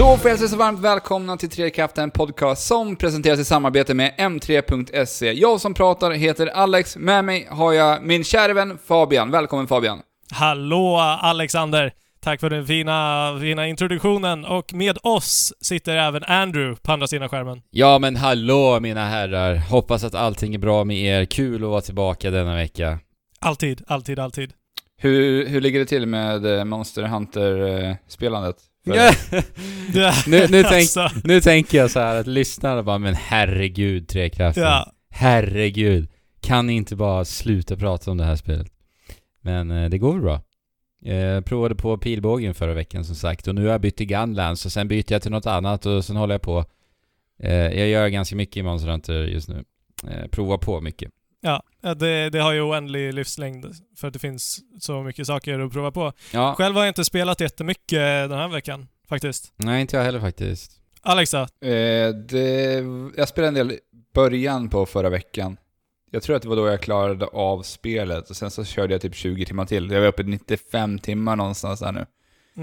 Då får jag säga så varmt välkomna till Trekraften podcast som presenteras i samarbete med M3.se. Jag som pratar heter Alex, med mig har jag min kära vän Fabian. Välkommen Fabian. Hallå Alexander, tack för den fina introduktionen. Och med oss sitter även Andrew på andra sidan skärmen. Ja men hallå mina herrar, hoppas att allting är bra med er. Kul att vara tillbaka denna vecka. Alltid. Hur ligger det till med Monster Hunter-spelandet? Nu tänker jag så här att lyssnarna bara, men herregud Trekraften. Ja. Herregud, kan ni inte bara sluta prata om det här spelet? Men det går väl bra. Jag provade på pilbågen förra veckan som sagt, och nu har jag bytt till Gunlands och sen byter jag till något annat och sen håller jag på. Jag gör ganska mycket i Monster Hunter just nu. Provar på mycket. Ja, det har ju oändlig livslängd för att det finns så mycket saker att prova på. Ja. Själv har jag inte spelat jättemycket den här veckan, faktiskt. Nej, inte jag heller faktiskt. Alexa? Jag spelade en del början på förra veckan. Jag tror att det var då jag klarade av spelet och sen så körde jag typ 20 timmar till. Jag var uppe i 95 timmar någonstans här nu.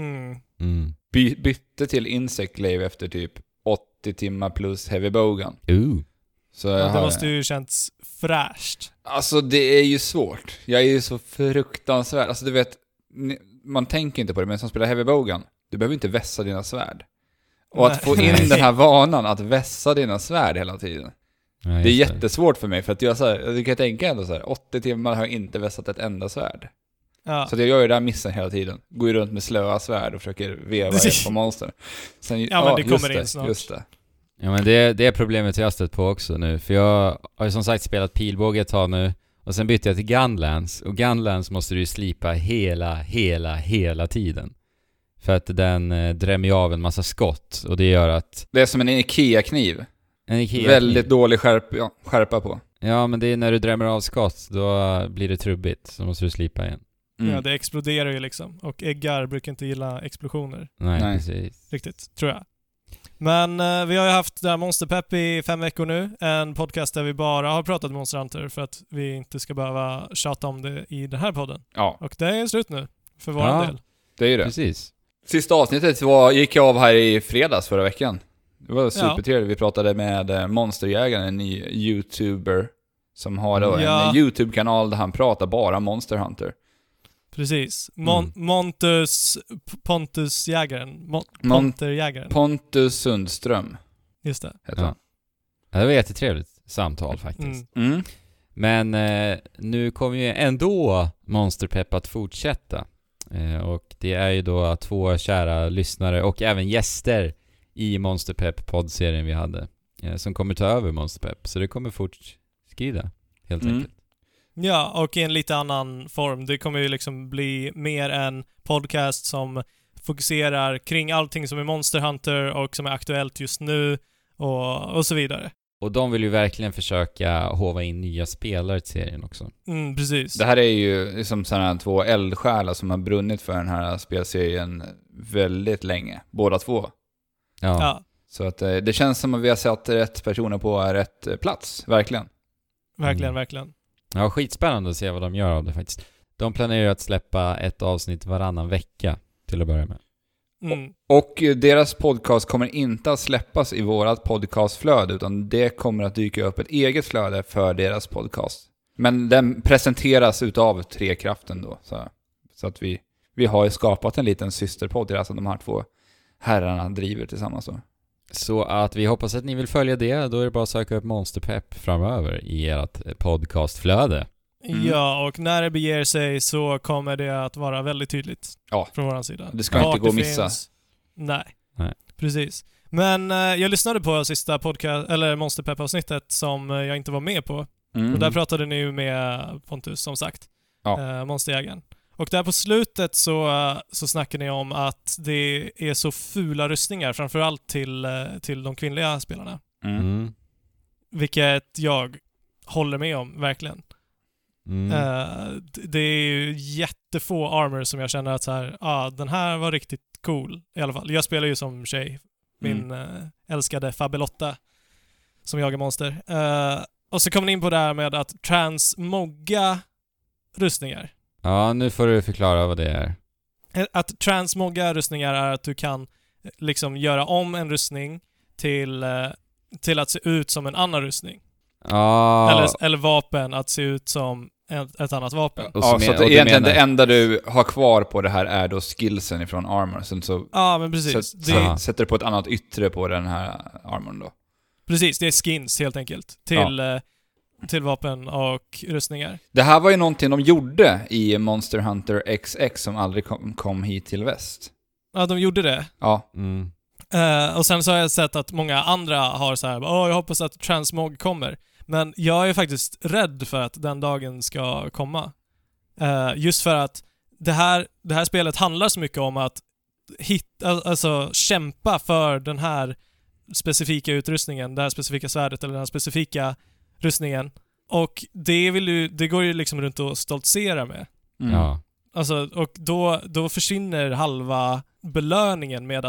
Bytte till Insect Glaive efter typ 80 timmar plus Heavy Bowgun. Så det måste ju känts fräscht. Alltså det är ju svårt. Jag är ju så fruktansvärd. Alltså du vet, man tänker inte på det, men som spelar Heavy Bowgun, du behöver inte vässa dina svärd. Och att få in den här vanan att vässa dina svärd hela tiden. Ja, det är jättesvårt för mig, för att jag så här, du kan tänka ändå så här, 80 timmar har jag inte vässat ett enda svärd. Ja. Så jag gör ju den missen hela tiden. Går ju runt med slöa svärd och försöker veva på monster. Sen, men det kommer in snart. Just det. Ja, men det är problemet jag har stött på också nu. För jag har ju som sagt spelat pilbåge ett tag nu. Och sen bytte jag till Gunlands. Och Gunlands måste du ju slipa hela tiden. För att den drämmer ju av en massa skott. Och det gör att... Det är som en Ikea-kniv. Väldigt dålig skärpa på. Ja, men det är när du drämmer av skott, då blir det trubbigt. Så måste du slipa igen. Ja, det exploderar ju liksom. Och äggar brukar inte gilla explosioner. Nej. Precis. Riktigt, tror jag. Men vi har ju haft där Monster Pep i 5 veckor nu. En podcast där vi bara har pratat Monster Hunter för att vi inte ska behöva tjata om det i den här podden. Ja. Och det är slut nu, för vår del. Det är ju det. Precis. Sista avsnittet gick jag av här i fredags förra veckan. Det var supertrevligt. Vi pratade med Monsterjägaren, en ny YouTuber som har då en YouTube-kanal där han pratar bara Monster Hunter. Precis. Pontusjägaren. Ponterjägaren. Pontus Sundström. Just det. Ja. Det var jättetrevligt samtal faktiskt. Men nu kommer ju ändå Monster Pep att fortsätta. Och det är ju då 2 kära lyssnare och även gäster i Monster Pep poddserien vi hade som kommer ta över Monster Pep. Så det kommer fortskrida helt enkelt. Ja, och i en lite annan form. Det kommer ju liksom bli mer en podcast som fokuserar kring allting som är Monster Hunter och som är aktuellt just nu och så vidare. Och de vill ju verkligen försöka hova in nya spelare till serien också. Precis. Det här är ju liksom sådana 2 eldsjälar som har brunnit för den här spelserien väldigt länge. Båda 2. Ja. Så att det känns som att vi har satt rätt personer på rätt plats. Verkligen. Verkligen. Ja, skitspännande att se vad de gör av det faktiskt. De planerar att släppa ett avsnitt varannan vecka till att börja med. Och deras podcast kommer inte att släppas i vårat podcastflöde, utan det kommer att dyka upp ett eget flöde för deras podcast. Men den presenteras utav Trekraften då. Så att vi har skapat en liten systerpodd där alltså de här 2 herrarna driver tillsammans då. Så att vi hoppas att ni vill följa det. Då är det bara att söka upp Monster Pep framöver i ert podcastflöde. Ja, och när det beger sig så kommer det att vara väldigt tydligt från vår sida. Det ska inte gå att missa. Nej, precis. Men jag lyssnade på sista podcast eller Monster Pep-avsnittet som jag inte var med på. Och där pratade ni ju med Pontus, som sagt. Monsterjägaren. Och där på slutet så snackar ni om att det är så fula rustningar, framförallt till de kvinnliga spelarna. Vilket jag håller med om, verkligen. Det är ju jättefå armor som jag känner att så här, den här var riktigt cool i alla fall. Jag spelar ju som tjej, min älskade Fabelotta som jagar monster. Och så kommer ni in på det här med att transmogga rustningar. Ja, nu får du förklara vad det är. Att transmogga rustningar är att du kan liksom göra om en rustning till att se ut som en annan rustning. Eller vapen att se ut som ett annat vapen. Så att egentligen det enda du har kvar på det här är då skillsen ifrån armor. Så men precis. Sätter du på ett annat yttre på den här armorn då. Precis, det är skins helt enkelt till vapen och rustningar. Det här var ju någonting de gjorde i Monster Hunter XX som aldrig kom hit till väst. Ja, de gjorde det. Ja. Och sen så har jag sett att många andra har så här, jag hoppas att transmog kommer. Men jag är faktiskt rädd för att den dagen ska komma. Just för att det här spelet handlar så mycket om att kämpa för den här specifika utrustningen, det här specifika svärdet eller den här specifika rustningen. Och det går ju liksom runt och stoltsera med. Ja. Alltså, och då försvinner halva belöningen med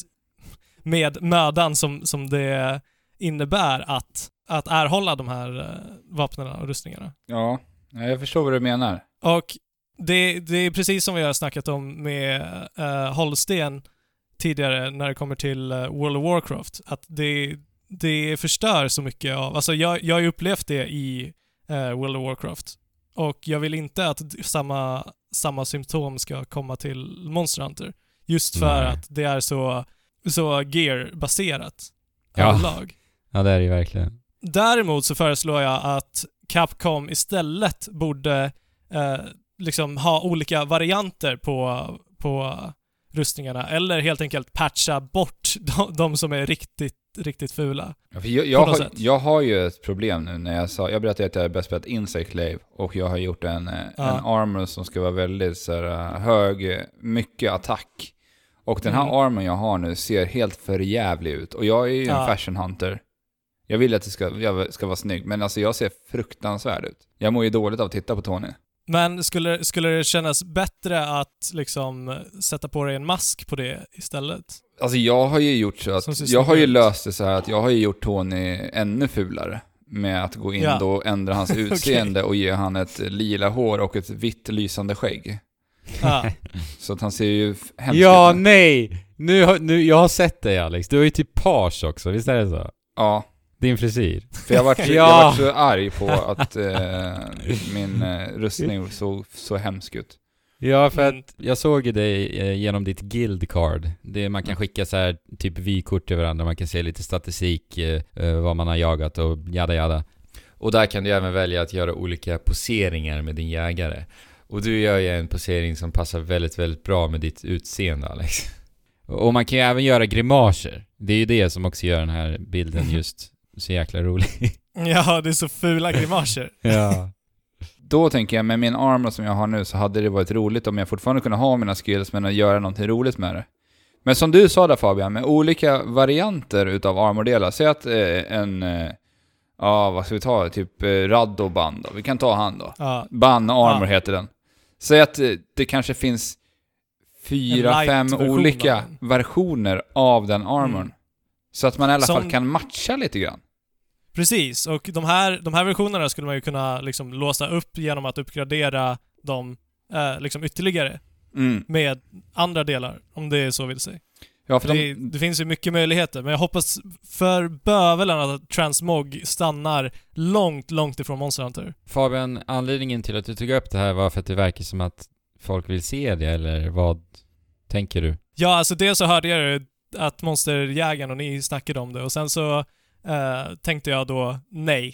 mödan som det innebär att erhålla de här vapnen och rustningarna. Ja, jag förstår vad du menar. Och det är precis som vi har snackat om med Holsten tidigare när det kommer till World of Warcraft. Att det förstör så mycket av... Alltså jag har ju upplevt det i World of Warcraft. Och jag vill inte att samma symptom ska komma till Monster Hunter. Just för att det är så gear-baserat överlag. Ja, det är det ju verkligen. Däremot så föreslår jag att Capcom istället borde liksom ha olika varianter på rustningarna, eller helt enkelt patcha bort de som är riktigt fula. Ja, för jag har ju ett problem nu när jag berättade att jag är bäst på ett Insect Glaive och jag har gjort en armor som ska vara väldigt så här, hög, mycket attack. Och den här armorn jag har nu ser helt förjävlig ut. Och jag är ju en fashion hunter. Jag vill att det ska vara snygg, men alltså jag ser fruktansvärd ut. Jag mår ju dåligt av att titta på Tony. Men skulle det kännas bättre att liksom sätta på dig en mask på det istället? Alltså jag har ju gjort så att jag har ju löst det så här att jag har ju gjort Tony ännu fulare med att gå in då och ändra hans utseende och ge han ett lila hår och ett vitt lysande skägg. Så att han ser ju hemskt ut. Ja, nej! Nu jag har sett dig, Alex. Du har ju typ page också, visst är det så? Ja. Din frisyr. För jag var så arg på att min rustning såg så hemsk ut. Ja, för att jag såg ju dig genom ditt guild card. Man kan skicka så här typ vykort till varandra. Man kan se lite statistik, vad man har jagat och jada. Och där kan du även välja att göra olika poseringar med din jägare. Och du gör ju en posering som passar väldigt, väldigt bra med ditt utseende, Alex. Och man kan ju även göra grimaser. Det är ju det som också gör den här bilden just så jäkla rolig. Ja, det är så fula grimaser. Ja. Då tänker jag, med min armor som jag har nu så hade det varit roligt om jag fortfarande kunde ha mina skills men att göra någonting roligt med det. Men som du sa där, Fabian, med olika varianter utav armordelar. Säg att vad ska vi ta? Typ Radoban då. Vi kan ta han då. Ban Armor heter den. Säg att det kanske finns 4-5 olika versioner av den armorn. Så att man i alla fall kan matcha lite grann. Precis, och de här versionerna skulle man ju kunna liksom låsa upp genom att uppgradera dem liksom ytterligare med andra delar, om det är så vill säga. Ja, för det finns ju mycket möjligheter, men jag hoppas för bövelen att Transmog stannar långt ifrån Monster Hunter. Fabian, anledningen till att du tog upp det här var för att det verkar som att folk vill se det, eller vad tänker du? Ja, alltså det så hörde jag att Monsterjägaren och ni snackade om det, och sen så tänkte jag då nej.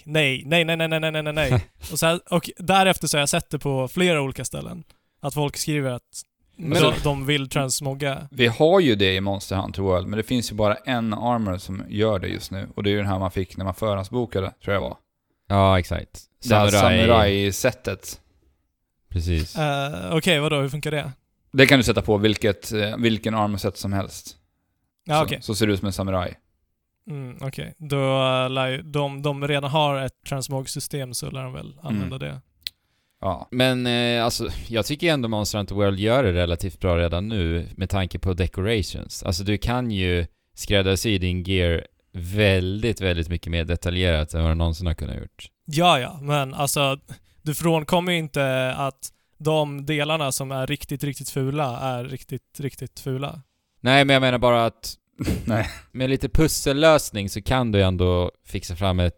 och därefter så har jag sett det på flera olika ställen att folk skriver att de vill transmogga. Vi har ju det i Monster Hunter World, men det finns ju bara en armor som gör det just nu, och det är ju den här man fick när man förhandsbokade, tror jag var. Ja, exakt. Samurai-sättet. Precis. Okej, vadå? Hur funkar det? Det kan du sätta på vilken armorset som helst. Ja, okej. Så ser det ut som en samurai. Okej. Då de redan har ett transmog-system, så lär de väl använda det. Ja. Men alltså, jag tycker ändå Monster Hunter World gör det relativt bra redan nu med tanke på decorations. Alltså du kan ju skräddarsy din gear väldigt, väldigt mycket mer detaljerat än vad du någonsin har kunnat gjort. Ja, men alltså du frånkommer ju inte att de delarna som är riktigt, riktigt fula är riktigt, riktigt fula. Nej, men jag menar bara att Nej. Med lite pussellösning så kan du ändå fixa fram en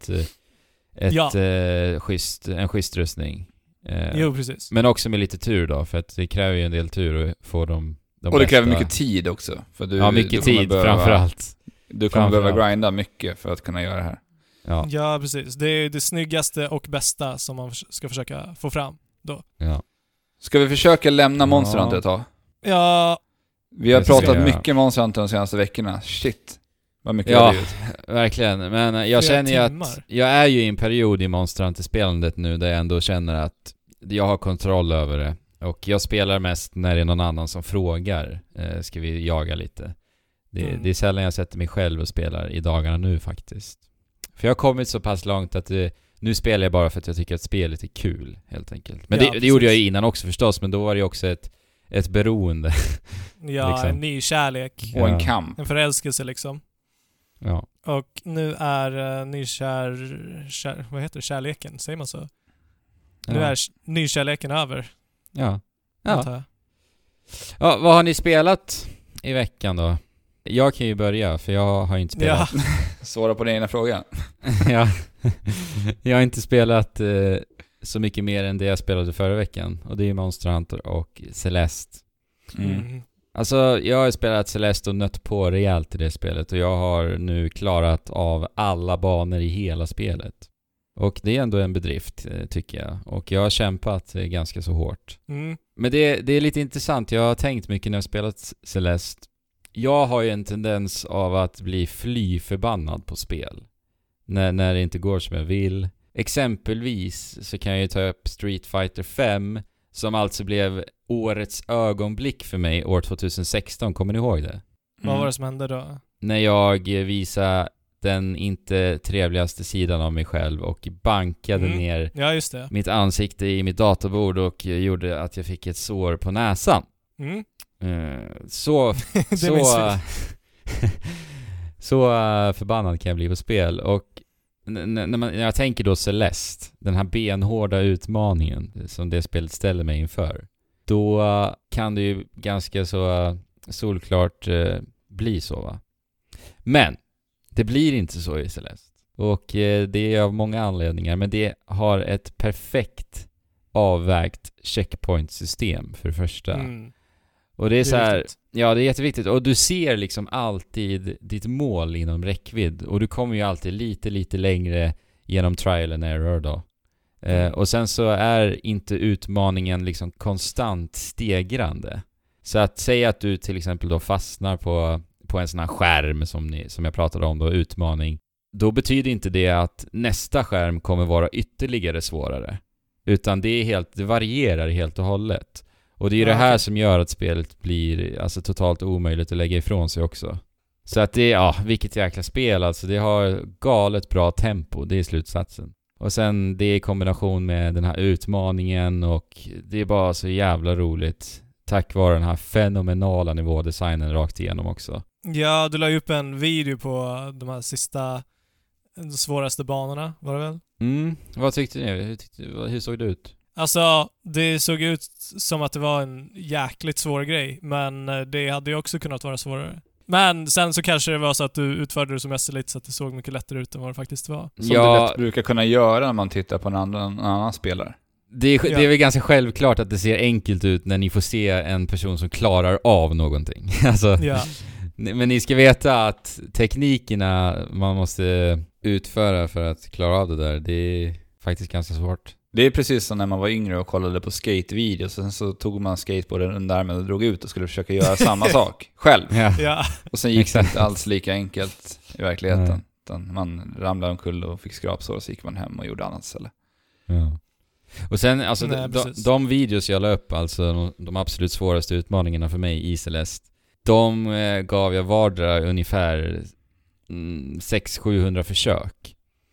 schysst rustning. Jo, precis. Men också med lite tur då, för att det kräver ju en del tur att få de och bästa. det kräver mycket tid också. För mycket tid framförallt. Du kommer behöva grinda mycket för att kunna göra det här. Ja, precis. Det är det snyggaste och bästa som man ska försöka få fram då. Ja. Ska vi försöka lämna Monster Hunter ett tag? Ja. Vi har pratat mycket Monster Hunter de senaste veckorna. Shit. Vad mycket det har blivit. Verkligen. Men jag känner ju att jag är ju i en period i Monster Hunter-spelandet nu där jag ändå känner att jag har kontroll över det. Och jag spelar mest när det är någon annan som frågar. Ska vi jaga lite? Det är sällan jag sätter mig själv och spelar i dagarna nu faktiskt. För jag har kommit så pass långt att nu spelar jag bara för att jag tycker att spelet är kul, helt enkelt. Men det gjorde jag ju innan också förstås, men då var det också ett beroende. Ja, liksom. En ny kärlek. Och en kamp. En förälskelse liksom. Ja. Och nu är vad heter det? Kärleken, säger man så? Ja. Nu är nykärleken över. Ja. Ja, vad har ni spelat i veckan då? Jag kan ju börja, för jag har inte spelat. Ja. Svara på den ena frågan. Ja. Jag har inte spelat så mycket mer än det jag spelade förra veckan. Och det är Monster Hunter och Celeste. Alltså, jag har spelat Celeste och nött på rejält i det spelet. Och jag har nu klarat av alla banor i hela spelet. Och det är ändå en bedrift, tycker jag. Och jag har kämpat ganska så hårt. Men det är lite intressant. Jag har tänkt mycket när jag har spelat Celeste. Jag har ju en tendens av att bli fly-förbannad på spel. När det inte går som jag vill. Exempelvis så kan jag ju ta upp Street Fighter 5, som alltså blev årets ögonblick för mig år 2016. Kommer ni ihåg det? Vad var det som hände då? När jag visade den inte trevligaste sidan av mig själv och bankade ner mitt ansikte i mitt databord och gjorde att jag fick ett sår på näsan. Så förbannad kan jag bli på spel. Och när jag tänker då Celeste, den här benhårda utmaningen som det spelet ställer mig inför, då kan det ju ganska så solklart bli så, va? Men det blir inte så i Celeste. Och det är av många anledningar, men det har ett perfekt avvägt checkpoint-system för det första. Och det är så här, ja, det är jätteviktigt. Och du ser liksom alltid ditt mål inom räckvidd. Och du kommer ju alltid lite längre genom trial and error då. Och sen så är inte utmaningen liksom konstant stegrande. Så att säga att du till exempel då fastnar på en sån här skärm som jag pratade om då, utmaning. Då betyder inte det att nästa skärm kommer vara ytterligare svårare. Utan det varierar helt och hållet. Och det är ju det här som gör att spelet blir alltså totalt omöjligt att lägga ifrån sig också. Så att det är, vilket jäkla spel alltså. Det har galet bra tempo, det är slutsatsen. Och sen det i kombination med den här utmaningen, och det är bara så jävla roligt. Tack vare den här fenomenala nivådesignen rakt igenom också. Ja, du la ju upp en video på de här svåraste banorna, var det väl? Vad tyckte ni? Hur såg det ut? Alltså, det såg ut som att det var en jäkligt svår grej, men det hade ju också kunnat vara svårare. Men sen så kanske det var så att du utförde det som mest lite så att det såg mycket lättare ut än vad det faktiskt var. Som det lätt brukar kunna göra när man tittar på en annan spelare. Det är väl ganska självklart att det ser enkelt ut när ni får se en person som klarar av någonting. Alltså, men ni ska veta att teknikerna man måste utföra för att klara av det där, det är faktiskt ganska svårt. Det är precis som när man var yngre och kollade på skate-videos. Sen så tog man skateboarden under armen och drog ut och skulle försöka göra samma sak själv. Ja. Och sen gick det inte alls lika enkelt i verkligheten. Utan man ramlade omkull och fick skrapsår, och så gick man hem och gjorde annat istället. Ja. Och sen, alltså de videos jag la upp, alltså de absolut svåraste utmaningarna för mig i Celeste, de gav jag ungefär 600-700 försök.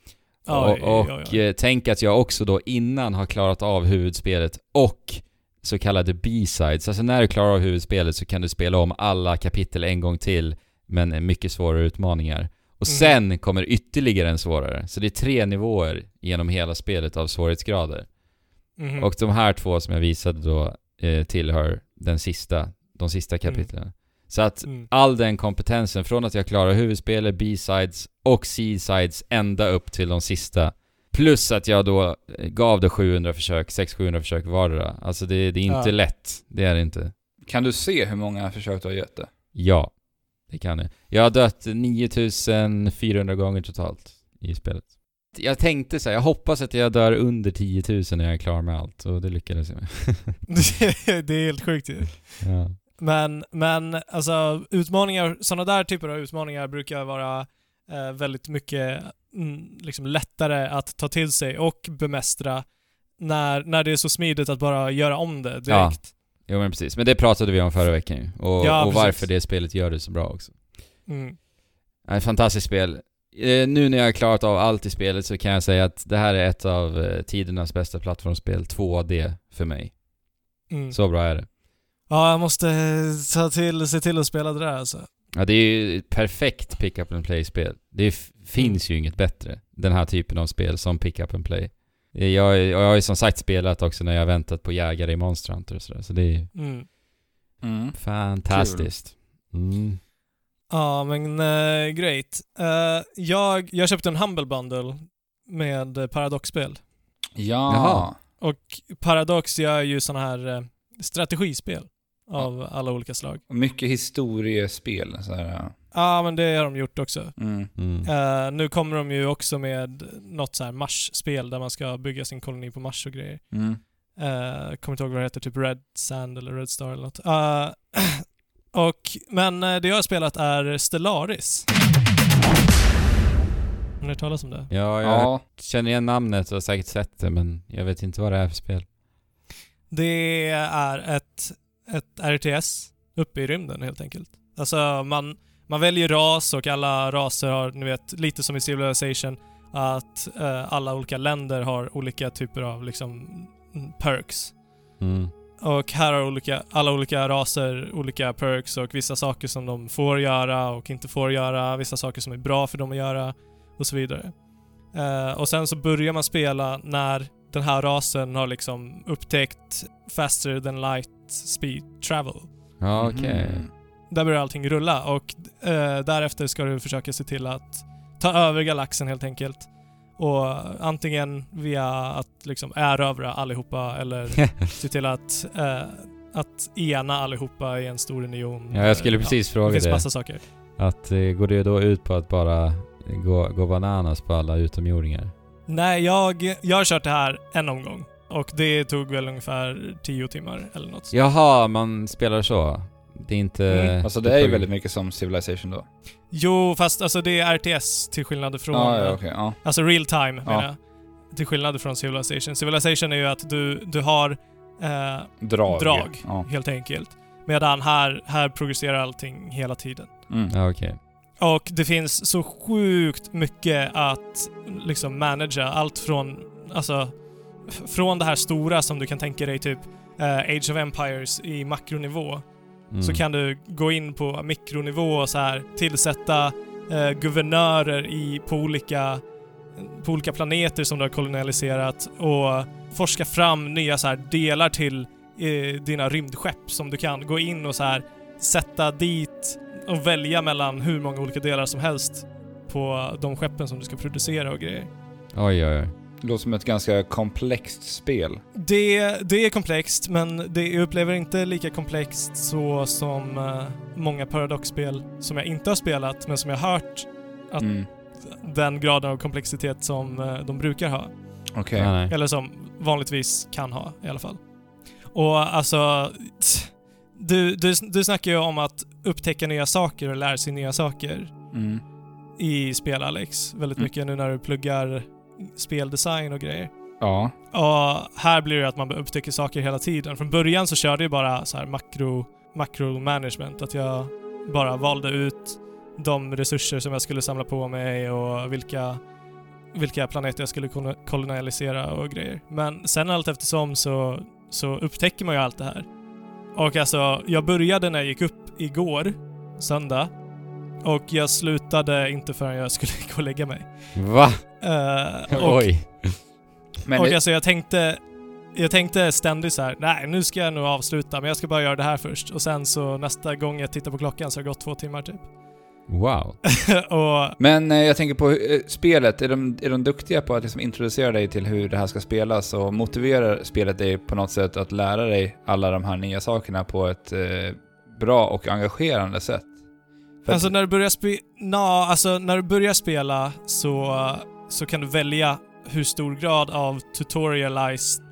Tänk att jag också då innan har klarat av huvudspelet och så kallade B-sides. Alltså när du klarar av huvudspelet så kan du spela om alla kapitel en gång till, men mycket svårare utmaningar. Och sen kommer ytterligare en svårare. Så det är 3 nivåer genom hela spelet av svårighetsgrader. Och de här 2 som jag visade då tillhör de sista kapitlen. Så att all den kompetensen från att jag klarar huvudspelet, B-sides och C-sides ända upp till de sista. Plus att jag då gav det 600-700 försök vardera. Alltså det är inte lätt. Det är det inte. Kan du se hur många försök du har gett det? Ja, det kan jag. Jag har dött 9400 gånger totalt i spelet. Jag tänkte så här, jag hoppas att jag dör under 10 000 när jag är klar med allt. Och det lyckades jag med. Det är helt sjukt ju. Ja. Men alltså utmaningar, sådana där typer av utmaningar brukar vara väldigt mycket liksom lättare att ta till sig och bemästra när det är så smidigt att bara göra om det direkt. Ja, jo, men precis. Men det pratade vi om förra veckan ju. Och varför det spelet gör det så bra också. Ett fantastiskt spel. Nu när jag har klarat av allt i spelet så kan jag säga att det här är ett av tidernas bästa plattformsspel, 2D för mig. Så bra är det. Ja, jag måste se till att spela det där alltså. Ja, det är ju ett perfekt pick-up and play-spel. Det finns ju inget bättre, den här typen av spel som pick-up and play. Jag har ju som sagt spelat också när jag har väntat på jägare i Monster Hunter och sådär. Så det är fantastiskt. Ja, men great. Jag köpte en Humble Bundle med Paradox-spel. Ja. Jaha. Och Paradox gör ju såna här strategispel av alla olika slag. Mycket historiespel. Ja, men det har de gjort också. Nu kommer de ju också med något så här Mars-spel där man ska bygga sin koloni på Mars och grejer. Kommer inte ihåg vad det heter, typ Red Sand eller Red Star eller något. Men det jag har spelat är Stellaris. Har ni hört talas om det? Ja, jag känner igen namnet och har säkert sett det, men jag vet inte vad det är för spel. Det är ett RTS uppe i rymden helt enkelt. Alltså man väljer ras och alla raser har, ni vet, lite som i Civilization, att alla olika länder har olika typer av liksom perks. Och här har alla olika raser olika perks och vissa saker som de får göra och inte får göra, vissa saker som är bra för dem att göra och så vidare. Och sen så börjar man spela när den här rasen har liksom upptäckt faster than light speed travel. Ja, okej. Där börjar allting rulla och därefter ska du försöka se till att ta över galaxen helt enkelt. Och antingen via att liksom erövra allihopa eller se till att ena allihopa i en stor union. Ja, jag skulle precis fråga det. Det finns massa saker. Att går det då ut på att bara gå bananas på alla utomjordingar? Nej, jag har kört det här en omgång. Och det tog väl ungefär 10 timmar eller något. Jaha, man spelar så. Det är inte... Alltså det är ju väldigt mycket som Civilization då. Jo, fast alltså det är RTS till skillnad från... Alltså real time menar jag. Till skillnad från Civilization. Civilization är ju att du har drag helt enkelt. Medan här progresserar allting hela tiden. Ja, okej. Och det finns så sjukt mycket att liksom managera. Allt från det här stora som du kan tänka dig typ Age of Empires i makronivå. Så kan du gå in på mikronivå och så här tillsätta guvernörer på olika planeter som du har kolonialiserat och forska fram nya så här delar till dina rymdskepp som du kan gå in och så här sätta dit och välja mellan hur många olika delar som helst på de skeppen som du ska producera och grejer. Oj. Det låter som ett ganska komplext spel. Det är komplext, men jag upplever inte lika komplext så som många Paradox-spel som jag inte har spelat, men som jag har hört att den graden av komplexitet som de brukar ha. Okej. Eller som vanligtvis kan ha i alla fall. Och alltså du snackar ju om att upptäcka nya saker och lära sig nya saker i spel, Alex. Väldigt mycket nu när du pluggar speldesign och grejer. Ja. Och här blir det att man upptäcker saker hela tiden. Från början så körde jag bara så här macro management. Att jag bara valde ut de resurser som jag skulle samla på mig och vilka planeter jag skulle kolonialisera och grejer. Men sen allt eftersom så upptäcker man ju allt det här. Och alltså, jag började när jag gick upp igår, söndag. Och jag slutade inte förrän jag skulle gå och lägga mig. Va? Oj. Men och alltså jag tänkte jag tänkte ständigt så här: nej, nu ska jag nog avsluta, men jag ska bara göra det här först. Och sen så nästa gång jag tittar på klockan så har det gått 2 timmar typ. Wow. Men jag tänker på spelet, är de duktiga på att liksom introducera dig till hur det här ska spelas och motiverar spelet dig på något sätt att lära dig alla de här nya sakerna på ett bra och engagerande sätt? Alltså när du börjar spela så kan du välja hur stor grad av tutorialized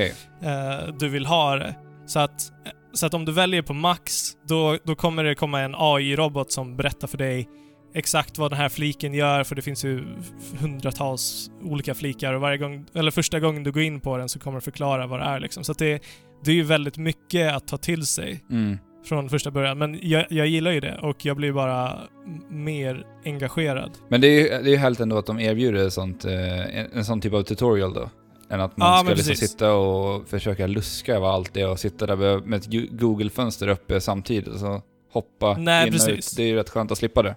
du vill ha det. Så att om du väljer på max, då kommer det komma en AI-robot som berättar för dig exakt vad den här fliken gör, för det finns ju hundratals olika flikar och varje gång, eller första gången du går in på den så kommer det förklara vad det är liksom. Så att det är ju väldigt mycket att ta till sig från första början. Men jag gillar ju det och jag blir bara mer engagerad. Men det är ju helt ändå att de erbjuder en sån typ av tutorial då. Än att man ska liksom sitta och försöka luska över allt det och sitta där med ett Google-fönster uppe samtidigt och så hoppa in och ut. Det är ju rätt skönt att slippa det.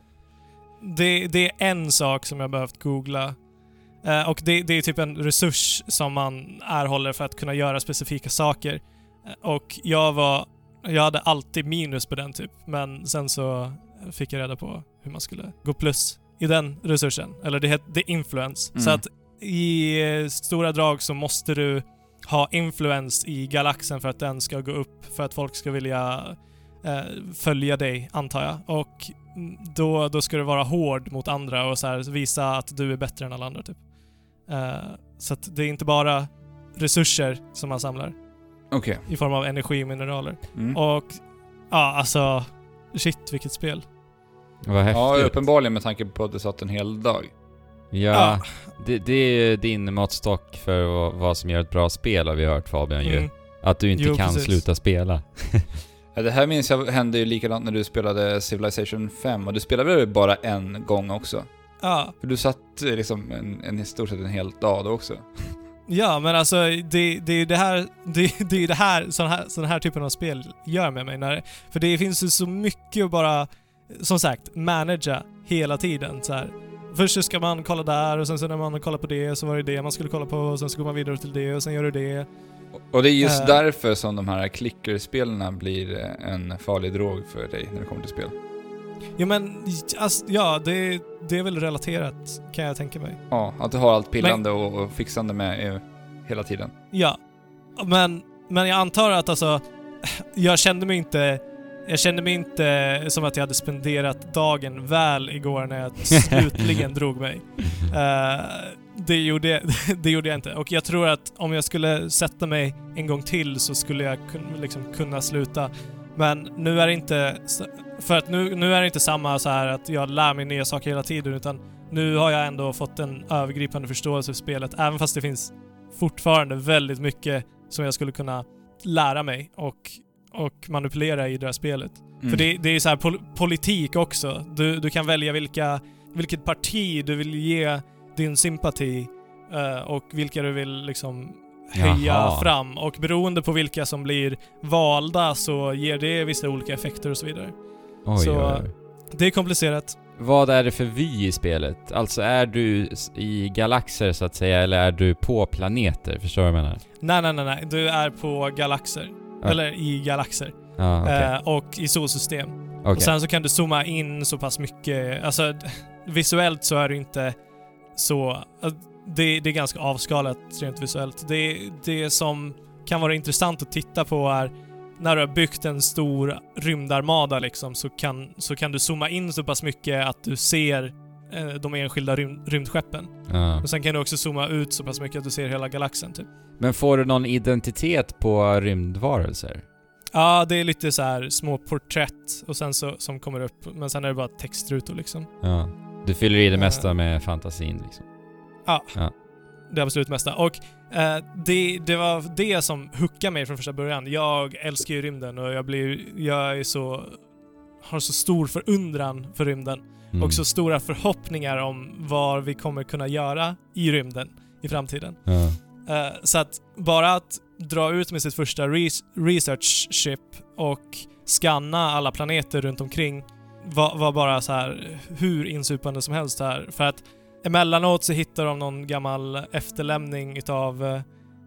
Det är en sak som jag behövt googla. Och det är typ en resurs som man erhåller för att kunna göra specifika saker. Och jag hade alltid minus på den typ. Men sen så fick jag reda på hur man skulle gå plus i den resursen. Eller det heter influence. Så att i stora drag så måste du ha influence i galaxen för att den ska gå upp, för att folk ska vilja följa dig, antar jag. Och då ska du vara hård mot andra och så här, visa att du är bättre än alla andra typ. Så att det är inte bara resurser som man samlar. I form av energi och mineraler. Och alltså shit, vilket spel. Vad häftigt. Ja, uppenbarligen med tanke på att du satt en hel dag. Ja, det är din måttstock för vad som gör ett bra spel, har vi hört, Fabian ju. Att du inte kan sluta spela. Det här minns jag hände ju likadant när du spelade Civilization 5, och du spelade väl bara en gång också? Ja. För du satt liksom i stort sett en hel dag då också. Ja, men alltså det är ju det här sån här typen av spel gör med mig. För det finns ju så mycket att bara, som sagt, managera hela tiden så här. Först så ska man kolla där, och sen så när man kollar på det så var det man skulle kolla på, och sen så går man vidare till det och sen gör du det. Och det är just därför som de här klickerspelarna blir en farlig drog för dig när det kommer till spel. Jo, men det är väl relaterat, kan jag tänka mig. Ja, att du har allt pillande och fixande med hela tiden. Ja, men jag antar att alltså, jag kände mig inte som att jag hade spenderat dagen väl igår när jag slutligen drog mig. Det gjorde jag inte. Och jag tror att om jag skulle sätta mig en gång till så skulle jag kunna sluta. Men nu är det inte, för att nu är det inte samma så här att jag lär mig nya saker hela tiden, utan nu har jag ändå fått en övergripande förståelse för spelet, även fast det finns fortfarande väldigt mycket som jag skulle kunna lära mig och manipulera i det här spelet. För det är så här politik också. Du kan välja vilket parti du vill ge din sympati och vilka du vill liksom höja fram, och beroende på vilka som blir valda så ger det vissa olika effekter och så vidare. Oj. Det är komplicerat. Vad är det för vy i spelet? Alltså är du i galaxer så att säga, eller är du på planeter? Förstår du vad jag menar? Nej. Du är på galaxer. Eller i galaxer. Och i solsystem. Och sen så kan du zooma in så pass mycket. Alltså visuellt så är det inte så... Det är ganska avskalat rent visuellt. Det som kan vara intressant att titta på är när du har byggt en stor rymdarmada liksom, så kan du zooma in så pass mycket att du ser de enskilda rymdskeppen. Och sen kan du också zooma ut så pass mycket att du ser hela galaxen typ. Men får du någon identitet på rymdvarelser? Ja, det är lite så här små porträtt och sen så som kommer upp, men sen är det bara textrutor liksom. Ja. Du fyller i det mesta med fantasin liksom. Ja. Det absolut mesta. Och det var det som hookade mig från första början. Jag älskar ju rymden och har så stor förundran för rymden. Och så stora förhoppningar om vad vi kommer kunna göra i rymden i framtiden. Så att bara att dra ut med sitt första research ship och scanna alla planeter runt omkring var bara så här hur insupande som helst här. För att emellanåt så hittar de någon gammal efterlämning utav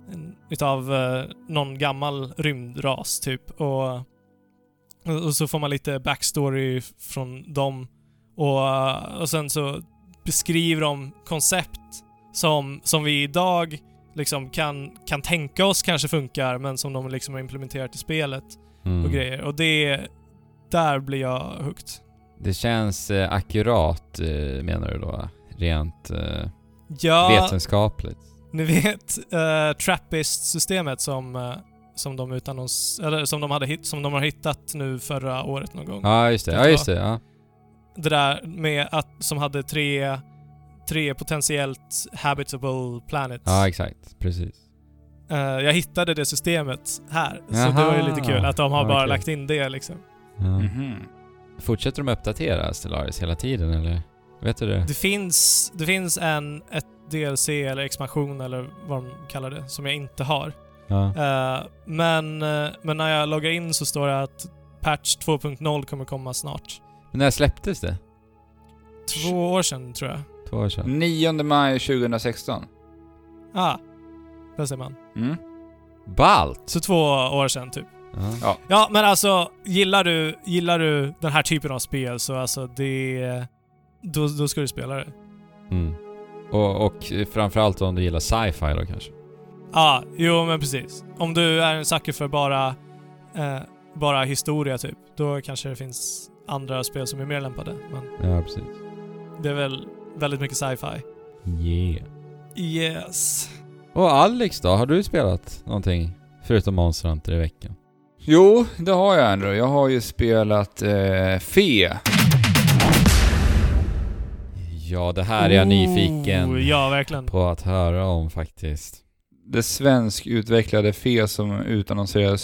utav någon gammal rymdras typ. Och så får man lite backstory från dem. Och sen så beskriver de koncept som vi idag liksom kan tänka oss kanske funkar, men som de liksom har implementerat i spelet och grejer. Och där blir jag hooked. Det känns akkurat, menar du då? Rent vetenskapligt. Ni vet Trappist-systemet som de eller som de har hittat nu förra året någon gång. Ja, just det. Ja. Det där med som hade tre potentiellt habitable planets. Ja, exakt. Precis. Jag hittade det systemet här. Så det var ju lite kul att de har bara lagt in det liksom. Ja. Mm-hmm. Fortsätter de uppdatera Stellaris hela tiden, eller? Vet du det? Det finns ett DLC eller expansion eller vad de kallar det som jag inte har. Ja. Men när jag loggar in så står det att patch 2.0 kommer komma snart. Men när släpptes det? 2 år sedan tror jag. 2 år sedan. 9 maj 2016. Där ser man. Balt! Så 2 år sedan typ. Ja. Ja, men alltså gillar du den här typen av spel så alltså då ska du spela det. Och framförallt om du gillar sci-fi då kanske. Ja, jo men precis. Om du är en sucker för bara historia typ, då kanske det finns andra spel som är mer lämpade. Men ja, precis. Det är väl väldigt mycket sci-fi. Yeah. Yes. Och Alex då, har du spelat någonting förutom Monster Hunter i veckan? Jo, det har jag ändå. Jag har ju spelat Fe. Ja, det här är jag nyfiken verkligen på att höra om faktiskt. Det svensk utvecklade Fe som utannonserades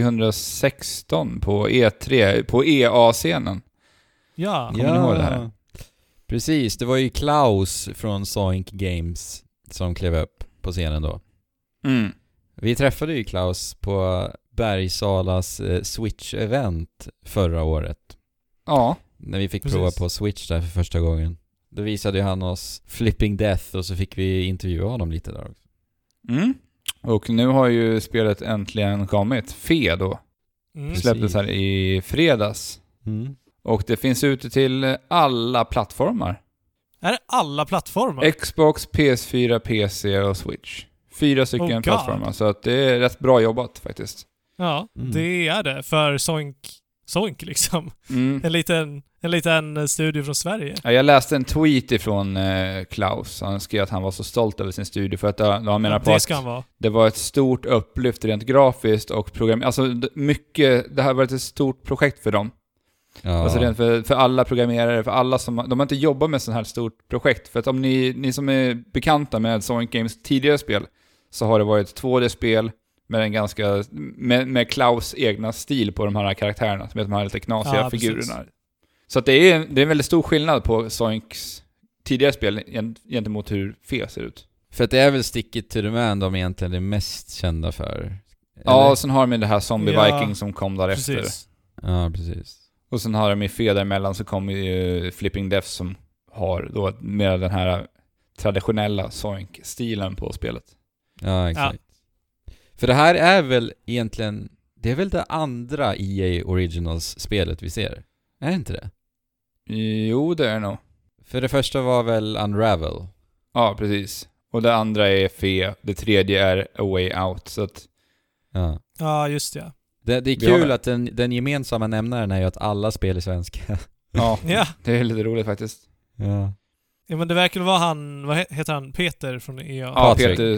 2016 på E3, på EA-scenen. Ja. Kommer ni ihåg det här? Precis, det var ju Klaus från Zoink Games som klev upp på scenen då. Vi träffade ju Klaus på Bergsalas Switch-event förra året. Ja. När vi fick prova på Switch där för första gången. Då visade han oss Flipping Death och så fick vi intervjua honom lite där också. Och nu har ju spelet äntligen kommit. Fe då. Släpptes här i fredags. Och det finns ute till alla plattformar. Är det alla plattformar? Xbox, PS4, PC och Switch. 4 stycken plattformar. Så att det är rätt bra jobbat faktiskt. Ja, det är det. För Zoink liksom. En liten studio från Sverige. Ja, jag läste en tweet ifrån Klaus. Han skrev att han var så stolt över sin studio för att han menar på att det var ett stort upplyft rent grafiskt och alltså mycket, det här har varit ett stort projekt för dem. Ja. Alltså rent för alla programmerare, för alla som de har inte jobbat med sån här stort projekt. För att om ni som är bekanta med Zoink Games tidigare spel så har det varit 2D-spel med en ganska med Klaus egna stil på de här karaktärerna, med de här lite knasiga figurerna. Precis. Så att det är en väldigt stor skillnad på Zoinks tidigare spel gentemot hur Fe ser ut. För att det är väl Stick It to the Man de egentligen är mest kända för? Eller? Ja, och sen har de det här Zombie Viking som kom därefter. Precis. Ja, precis. Och sen har de i Fe däremellan så kommer ju Flipping Death som har då mer den här traditionella Zoink-stilen på spelet. Ja, exakt. Ja. För det här är väl egentligen, det är väl det andra EA Originals-spelet vi ser? Är det inte det? Jo, det är nog. För det första var väl Unravel? Ja, precis. Och det andra är Fe. Det tredje är A Way Out. Så att... Ja, just det. Det är kul att den gemensamma nämnaren är ju att alla spel är svenska. Ja, det är lite roligt faktiskt. Ja, men det verkar vara han, vad heter han? Peter från EA? Ja,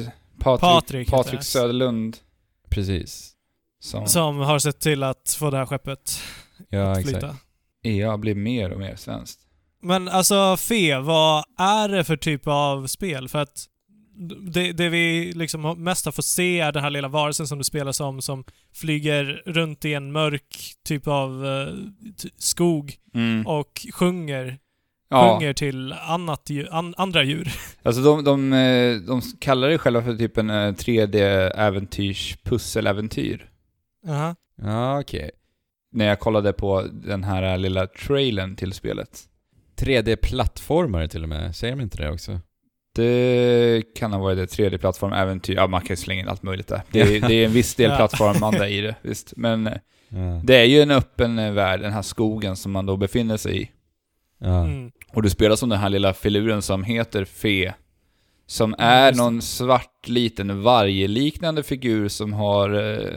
Patrik Söderlund. Precis. Som har sett till att få det här skeppet att flyta. Exakt. EA blir mer och mer svenskt. Men alltså Fe, vad är det för typ av spel? För att det vi liksom mest har fått se är den här lilla varelsen som du spelar som flyger runt i en mörk typ av skog och sjunger till andra djur. Alltså de kallar det själva för typ en 3D-äventyrs pusseläventyr. Ja, okej. När jag kollade på den här lilla trailern till spelet. 3D-plattformar till och med, säger de inte det också? Det kan ha varit det 3D-plattform, äventyr. Ja, man kan ju slänga in allt möjligt där. Det är en viss del plattformande i det, visst. Men det är ju en öppen värld, den här skogen som man då befinner sig i. Ja. Och du spelar som den här lilla filuren som heter Fe. Som är någon svart liten vargliknande figur som har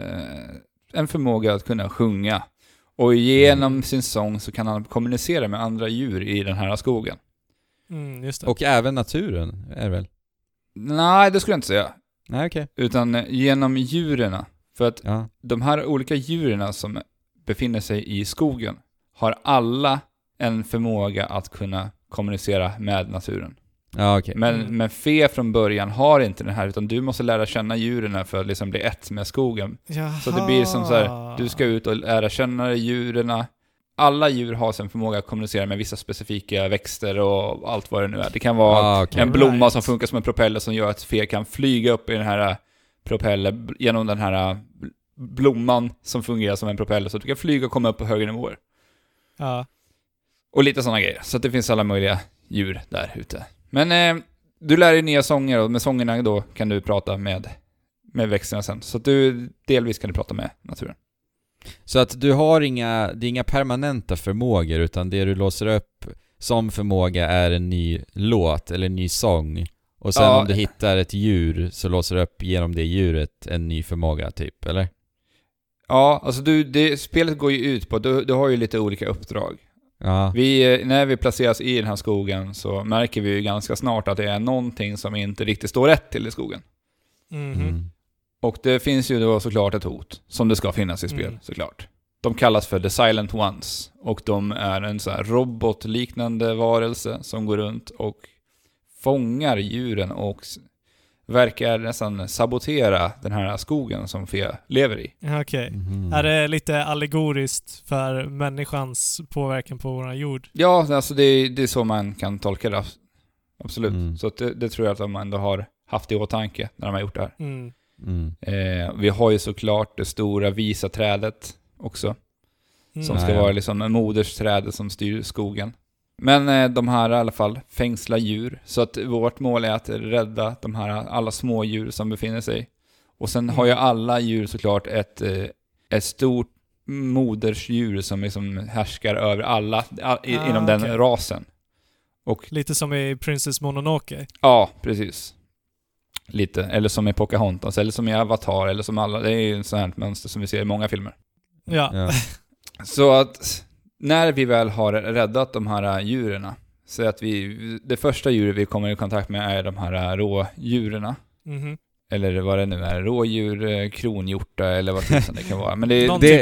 en förmåga att kunna sjunga. Och genom sin sång så kan han kommunicera med andra djur i den här skogen. Just det. Och även naturen, är det väl? Nej, det skulle jag inte säga. Nej, okej. Utan genom djuren. För att de här olika djuren som befinner sig i skogen har alla en förmåga att kunna kommunicera med naturen. Ja, okay. Men Fe från början har inte den här, utan du måste lära känna djuren för att liksom bli ett med skogen. Jaha. Så det blir som så här, du ska ut och lära känna djuren. Alla djur har sin förmåga att kommunicera med vissa specifika växter och allt vad det nu är. Det kan vara en blomma som funkar som en propeller som gör att Fe kan flyga upp i den här propeller genom den här blomman som fungerar som en propeller, så att du kan flyga och komma upp på högre nivåer. Ja. Och lite sådana grejer. Så att det finns alla möjliga djur där ute. Men du lär dig nya sånger, och med sångerna då kan du prata med växterna sen. Så att du delvis kan du prata med naturen. Så att du har inga permanenta förmågor, utan det du låser upp som förmåga är en ny låt eller en ny sång. Och sen om du hittar ett djur så låser du upp genom det djuret en ny förmåga typ, eller? Ja, alltså spelet går ju ut på, du har ju lite olika uppdrag. Ja. När vi placeras i den här skogen så märker vi ju ganska snart att det är någonting som inte riktigt står rätt till i skogen. Och det finns ju då såklart ett hot som det ska finnas i spel, såklart. De kallas för The Silent Ones, och de är en så här robotliknande varelse som går runt och fångar djuren och verkar nästan sabotera den här skogen som Fe lever i. Okej. Är det lite allegoriskt för människans påverkan på vår jord? Ja, alltså det är så man kan tolka det. Absolut. Så att det tror jag att de ändå har haft i åtanke när de har gjort det här. Vi har ju såklart det stora visa trädet också. Som ska vara liksom en modersträdet som styr skogen. Men de här i alla fall fängslar djur. Så att vårt mål är att rädda de här alla små djur som befinner sig. Och sen har ju alla djur såklart ett stort modersdjur som liksom härskar över alla inom den rasen. Och lite som i Princess Mononoke. Ja, precis. Lite. Eller som i Pocahontas. Eller som i Avatar. Eller som alla. Det är ju ett sånt här mönster som vi ser i många filmer. Ja. Så att när vi väl har räddat de här djuren, så att det första djuret vi kommer i kontakt med är de här rådjuren. Eller vad det nu är, rådjur, kronhjorta eller vad tusan det kan vara. Men det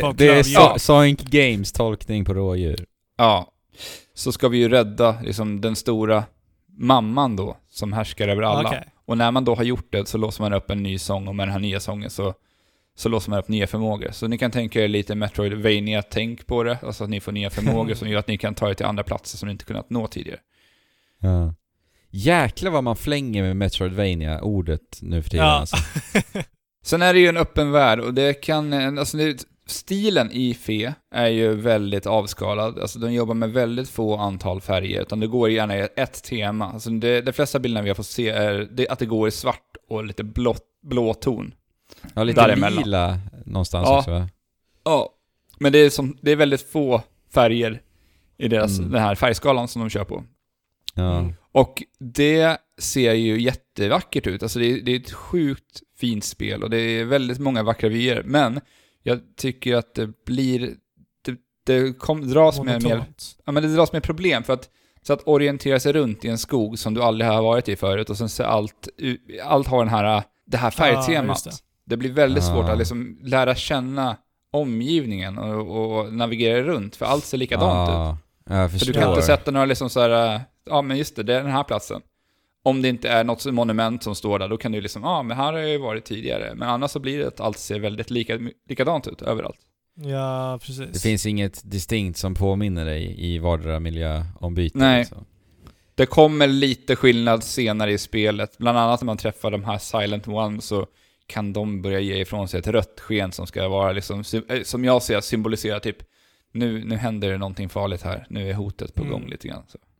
är Sonic Games tolkning på rådjur. Ja. Så ska vi ju rädda liksom den stora mamman då som härskar över alla. Okay. Och när man då har gjort det så låser man upp en ny sång, och med den här nya sången så låser man upp nya förmågor. Så ni kan tänka er lite Metroidvania-tänk på det. Alltså att ni får nya förmågor som gör att ni kan ta er till andra platser som ni inte kunnat nå tidigare. Ja. Jäklar vad man flänger med Metroidvania-ordet nu för tiden. Ja. Alltså. Sen är det ju en öppen värld, och det kan... Alltså stilen i Fe är ju väldigt avskalad. Alltså de jobbar med väldigt få antal färger, utan det går gärna i ett tema. Alltså de flesta bilderna vi har fått se är att det går i svart och lite blå ton. Ja, lite lila någonstans också, va? Ja, men det är väldigt få färger i den här färgskalan som de kör på. Ja. Och det ser ju jättevackert ut. Alltså det är ett sjukt fint spel, och det är väldigt många vackra vyer. Men jag tycker att det blir... Det dras med mer... Ja, men det dras med problem, för att så att orientera sig runt i en skog som du aldrig har varit i förut, och sen ser allt har det här färgtemat. Det blir väldigt svårt att liksom lära känna omgivningen och navigera runt, för allt ser likadant ut. För du kan inte sätta några liksom så här, men just det är den här platsen. Om det inte är något monument som står där, då kan du liksom, men här har jag ju varit tidigare. Men annars så blir det att allt ser väldigt likadant ut överallt. Ja, precis. Det finns inget distinkt som påminner dig i vardera miljöombyten. Nej. Så. Det kommer lite skillnad senare i spelet. Bland annat när man träffar de här Silent Ones, så kan de börja ge ifrån sig ett rött sken som ska vara liksom, som jag ser, symbolisera typ nu händer det någonting farligt här. Nu är hotet på gång lite grann. Så.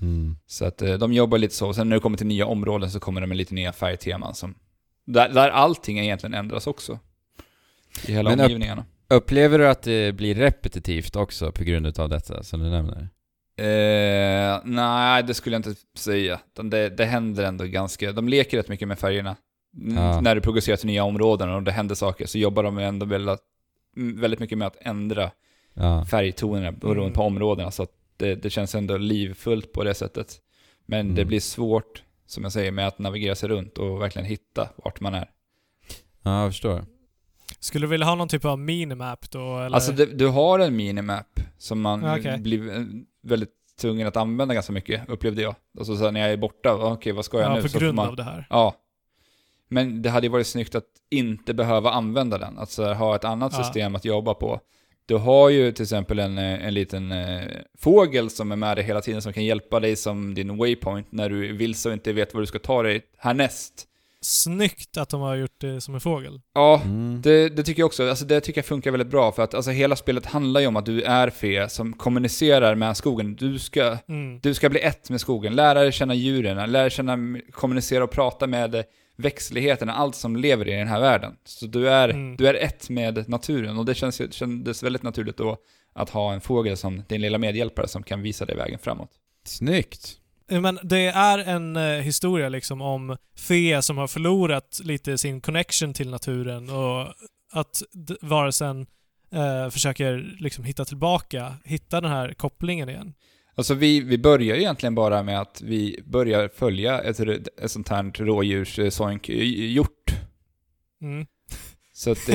Så att de jobbar lite så. Och sen när det kommer till nya områden så kommer de med lite nya färgteman som där allting egentligen ändras också i hela omgivningarna. Upplever du att det blir repetitivt också på grund av detta som du nämner? Nej, det skulle jag inte säga. Det händer ändå ganska... De leker rätt mycket med färgerna. När du progresserar till nya områden och det händer saker så jobbar de ändå väldigt mycket med att ändra färgtonerna beroende på områdena. Så att det känns ändå livfullt på det sättet. Men det blir svårt, som jag säger, med att navigera sig runt och verkligen hitta vart man är. Ja, jag förstår. Skulle du vilja ha någon typ av minimap då? Eller? Alltså du har en minimap som man blir väldigt tvungen att använda ganska mycket, upplevde jag. Alltså så när jag är borta, vad ska jag nu? På grund av det här. Ja. Men det hade ju varit snyggt att inte behöva använda den. Alltså ha ett annat system att jobba på. Du har ju till exempel en liten fågel som är med dig hela tiden som kan hjälpa dig som din waypoint när du vill så inte vet vad du ska ta dig härnäst. Snyggt att de har gjort det som en fågel. Ja, det tycker jag också. Alltså det tycker jag funkar väldigt bra för att alltså, hela spelet handlar ju om att du är fe som kommunicerar med skogen. Du ska bli ett med skogen. Lära dig känna djuren, lära dig känna, kommunicera och prata med växtligheten, allt som lever i den här världen. Så du är ett med naturen och det kändes väldigt naturligt då att ha en fågel som din lilla medhjälpare som kan visa dig vägen framåt. Snyggt! Men det är en historia liksom om fe som har förlorat lite sin connection till naturen och att varelsen försöker liksom hitta den här kopplingen igen. Alltså vi börjar ju egentligen bara med att vi börjar följa ett sånt här rådjurs-soink-hjort. Så att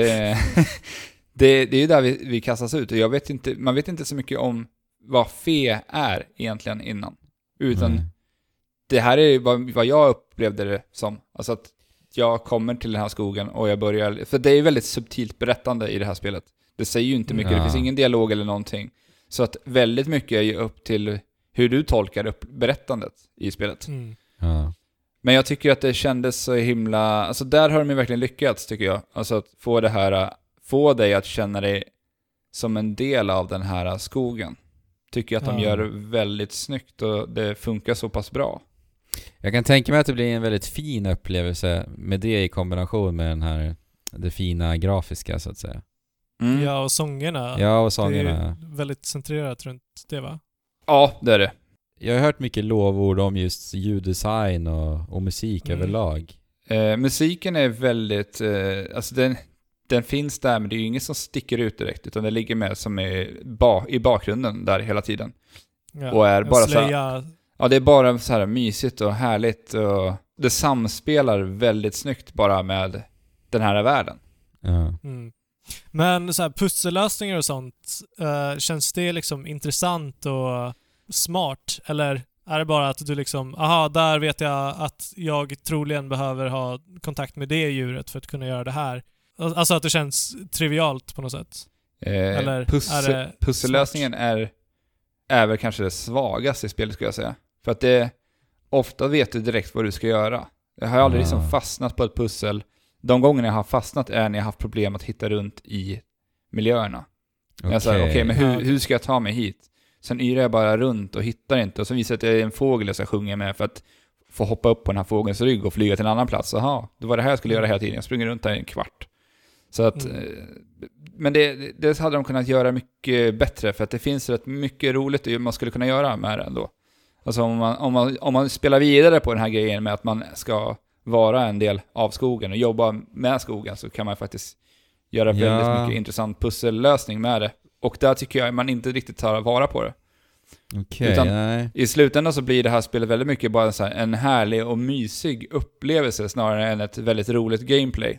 det är ju där vi kastas ut. Och man vet inte så mycket om vad fe är egentligen innan. Utan det här är vad jag upplevde det som. Alltså att jag kommer till den här skogen och jag börjar... För det är väldigt subtilt berättande i det här spelet. Det säger ju inte mycket, det finns ingen dialog eller någonting. Så att väldigt mycket är ju upp till hur du tolkar upp berättandet i spelet. Men jag tycker att det kändes så himla... Alltså där har de ju verkligen lyckats tycker jag. Alltså att få dig att känna dig som en del av den här skogen. Tycker att de gör väldigt snyggt och det funkar så pass bra. Jag kan tänka mig att det blir en väldigt fin upplevelse med det i kombination med det fina grafiska så att säga. Ja, och sångerna. Ja, och sångerna. Det är väldigt centrerat runt det, va? Ja, det är det. Jag har hört mycket lovord om just ljuddesign och musik överlag. Musiken är väldigt... alltså den finns där, men det är ju inget som sticker ut direkt, utan det ligger med som är i bakgrunden där hela tiden. Ja, och är bara så här, det är bara så här mysigt och härligt och det samspelar väldigt snyggt bara med den här världen. Men så här pussellösningar och sånt, känns det liksom intressant och smart? Eller är det bara att du liksom, där vet jag att jag troligen behöver ha kontakt med det djuret för att kunna göra det här? Alltså att det känns trivialt på något sätt. Eller pussellösningen är väl kanske det svagaste i spelet skulle jag säga. För att ofta vet du direkt vad du ska göra. Jag har aldrig liksom fastnat på ett pussel. De gångerna jag har fastnat är när jag har haft problem att hitta runt i miljöerna. Jag säger, men hur ska jag ta mig hit? Sen yrar jag bara runt och hittar inte. Och så visar det att det är en fågel jag ska sjunga med för att få hoppa upp på den här fågelns rygg och flyga till en annan plats. Det var det här jag skulle göra hela tiden. Jag springer runt där i en kvart. Så att, men det hade de kunnat göra mycket bättre för att det finns rätt mycket roligt man skulle kunna göra med det ändå. Alltså om man spelar vidare på den här grejen med att man ska vara en del av skogen och jobba med skogen så kan man faktiskt göra väldigt mycket intressant pussellösning med det. Och där tycker jag man inte riktigt tar vara på det. Utan i slutändan så blir det här spelet väldigt mycket bara så här en härlig och mysig upplevelse snarare än ett väldigt roligt gameplay.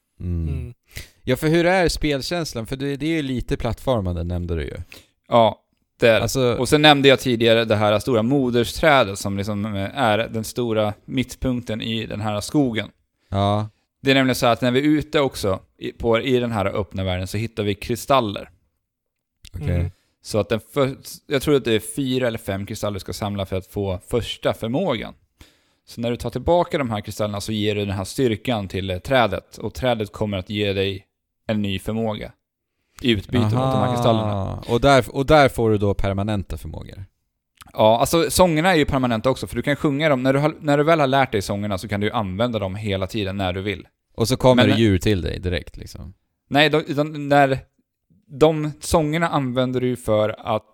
Ja, för hur är spelkänslan? För det är ju lite plattformande, nämnde du ju. Ja, det är. Alltså, och sen nämnde jag tidigare det här stora modersträdet som liksom är den stora mittpunkten i den här skogen. Ja. Det är nämligen så att när vi är ute också i den här öppna världen så hittar vi kristaller. Okej. Så att jag tror att det är 4 eller 5 kristaller du ska samla för att få första förmågan. Så när du tar tillbaka de här kristallerna så ger du den här styrkan till trädet. Och trädet kommer att ge dig en ny förmåga i utbyte mot de här kristallerna. Och där får du då permanenta förmågor? Ja, alltså sångerna är ju permanenta också, för du kan sjunga dem, när du väl har lärt dig sångerna så kan du ju använda dem hela tiden när du vill. Och så kommer det djur till dig direkt liksom? Nej, de sångerna använder du för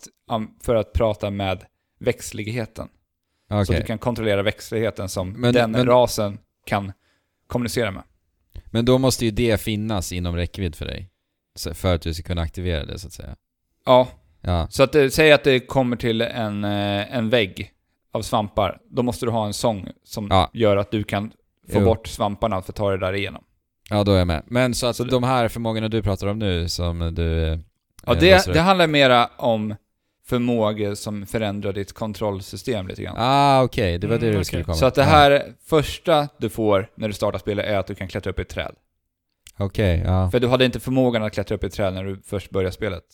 att prata med växtligheten. Okay. Så du kan kontrollera växtligheten som rasen kan kommunicera med. Men då måste ju det finnas inom räckvidd för dig, för att du ska kunna aktivera det så att säga. Ja. Så att säg att det kommer till en vägg av svampar, då måste du ha en sång som gör att du kan få bort svamparna för att ta det där igenom. Ja, då är jag med. Men så att de här förmågorna du pratar om nu som du... Ja, det handlar mera om förmågor som förändrar ditt kontrollsystem lite grann. Okej. Det var det du skulle komma. Så att det här första du får när du startar spelet är att du kan klättra upp i ett träd. Okej. För du hade inte förmågan att klättra upp i ett träd när du först började spelet.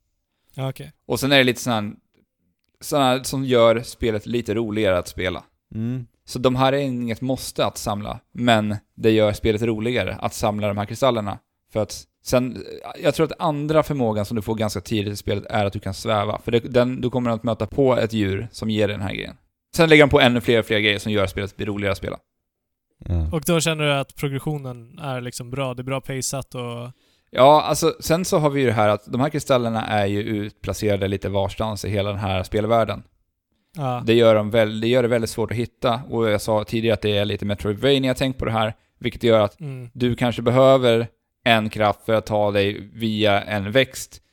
Okej. Och sen är det lite sådana som gör spelet lite roligare att spela. Så de här är inget måste att samla, men det gör spelet roligare att samla de här kristallerna. För att sen, jag tror att andra förmågan som du får ganska tidigt i spelet är att du kan sväva. För du kommer att möta på ett djur som ger den här grejen. Sen lägger de på ännu fler grejer som gör spelet blir roligare att spela. Och då känner du att progressionen är liksom bra, det är bra paceat och... Ja, alltså sen så har vi ju det här att de här kristallerna är ju utplacerade lite varstans i hela den här spelvärlden. Det gör det väldigt svårt att hitta, och jag sa tidigare att det är lite Metroidvania tänk på det här, vilket gör att du kanske behöver en kraft för att ta dig via en växt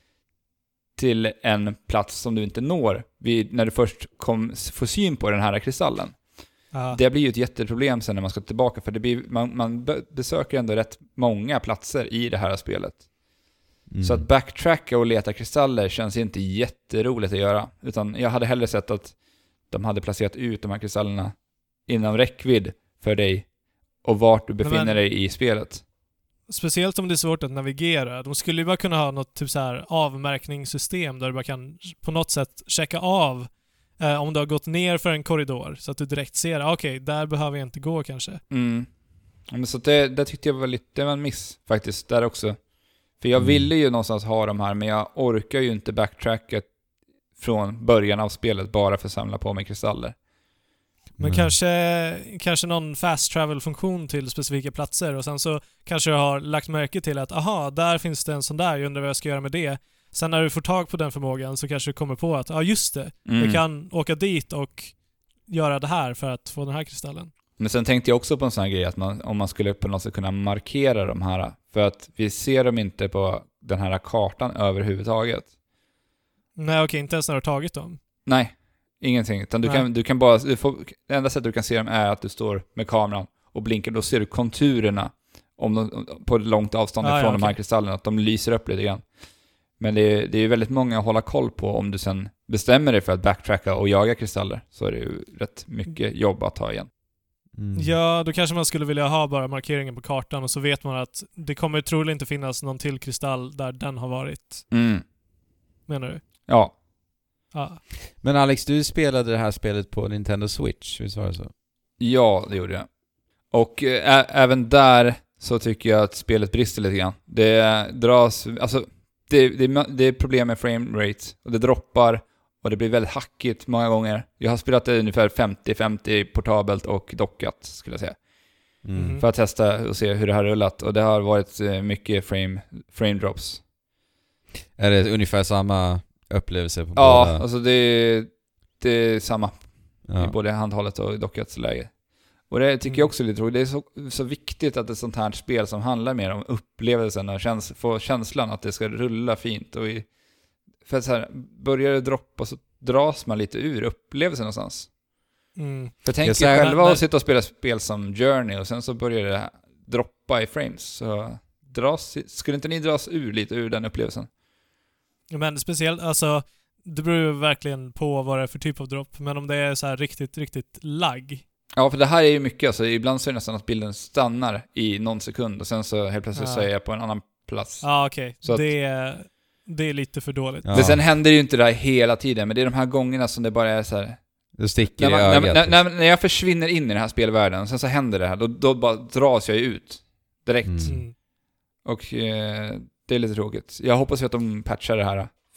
till en plats som du inte når när du först får syn på den här kristallen. Det blir ju ett jätteproblem sen när man ska tillbaka, för man besöker ändå rätt många platser i det här spelet. Så att backtracka och leta kristaller känns inte jätteroligt att göra, utan jag hade hellre sett att de hade placerat ut de här kristallerna inom räckvidd för dig och vart du befinner dig i spelet. Speciellt om det är svårt att navigera. De skulle ju bara kunna ha något typ så här avmärkningssystem där du bara kan på något sätt checka av om du har gått ner för en korridor så att du direkt ser, okej, där behöver jag inte gå kanske. Men så det tyckte jag var en miss faktiskt där också. För jag ville ju någonstans ha de här, men jag orkar ju inte backtracka från början av spelet bara för att samla på mig kristaller. Men kanske någon fast travel-funktion till specifika platser, och sen så kanske jag har lagt märke till att där finns det en sån där, jag undrar vad jag ska göra med det. Sen när du får tag på den förmågan så kanske du kommer på att just det, jag kan åka dit och göra det här för att få den här kristallen. Men sen tänkte jag också på en sån här grej att om man skulle på något sätt kunna markera de här, för att vi ser dem inte på den här kartan överhuvudtaget. Nej, okej, inte ens när du har tagit dem. Nej, ingenting. Utan du kan bara, det enda sättet du kan se dem är att du står med kameran och blinkar. Då ser du konturerna på ett långt avstånd från de här kristallerna, att de lyser upp lite grann. Men det är ju väldigt många att hålla koll på om du sen bestämmer dig för att backtracka och jaga kristaller. Så är det ju rätt mycket jobb att ta igen. Ja, då kanske man skulle vilja ha bara markeringen på kartan, och så vet man att det kommer troligen inte finnas någon till kristall där den har varit. Menar du? Ja. Men Alex, du spelade det här spelet på Nintendo Switch, visst var det så? Ja, det gjorde jag. Och även där så tycker jag att spelet brister lite grann. Det dras, alltså det är problem med frame rate, och det droppar och det blir väldigt hackigt många gånger. Jag har spelat det ungefär 50-50 portabelt och dockat, skulle jag säga. För att testa och se hur det har rullat, och det har varit mycket frame drops. Är det ungefär samma upplevelse på båda? Ja, alltså det är samma i både handhållet och dockats läge. Och det tycker jag också är lite roligt. Det är så viktigt att ett sånt här spel som handlar mer om upplevelsen och få känslan att det ska rulla fint. Och för att så här, börjar det droppa så dras man lite ur upplevelsen någonstans. För tänk er själva att sitta och spela spel som Journey och sen så börjar det droppa i frames. Så skulle inte ni dras lite ur den upplevelsen? Men speciellt, alltså det beror ju verkligen på vad det är för typ av dropp. Men om det är så här riktigt, riktigt lagg. Ja, för det här är ju mycket, alltså ibland så är det nästan att bilden stannar i någon sekund och sen så helt plötsligt så är jag på en annan plats. Ja, okej. Det är lite för dåligt. Men sen händer det ju inte det här hela tiden, men det är de här gångerna som det bara är så här. Du sticker i ögat. När jag försvinner in i den här spelvärlden och sen så händer det här, då bara dras jag ut direkt. Och det är lite tråkigt. Jag hoppas ju att de patchar det här,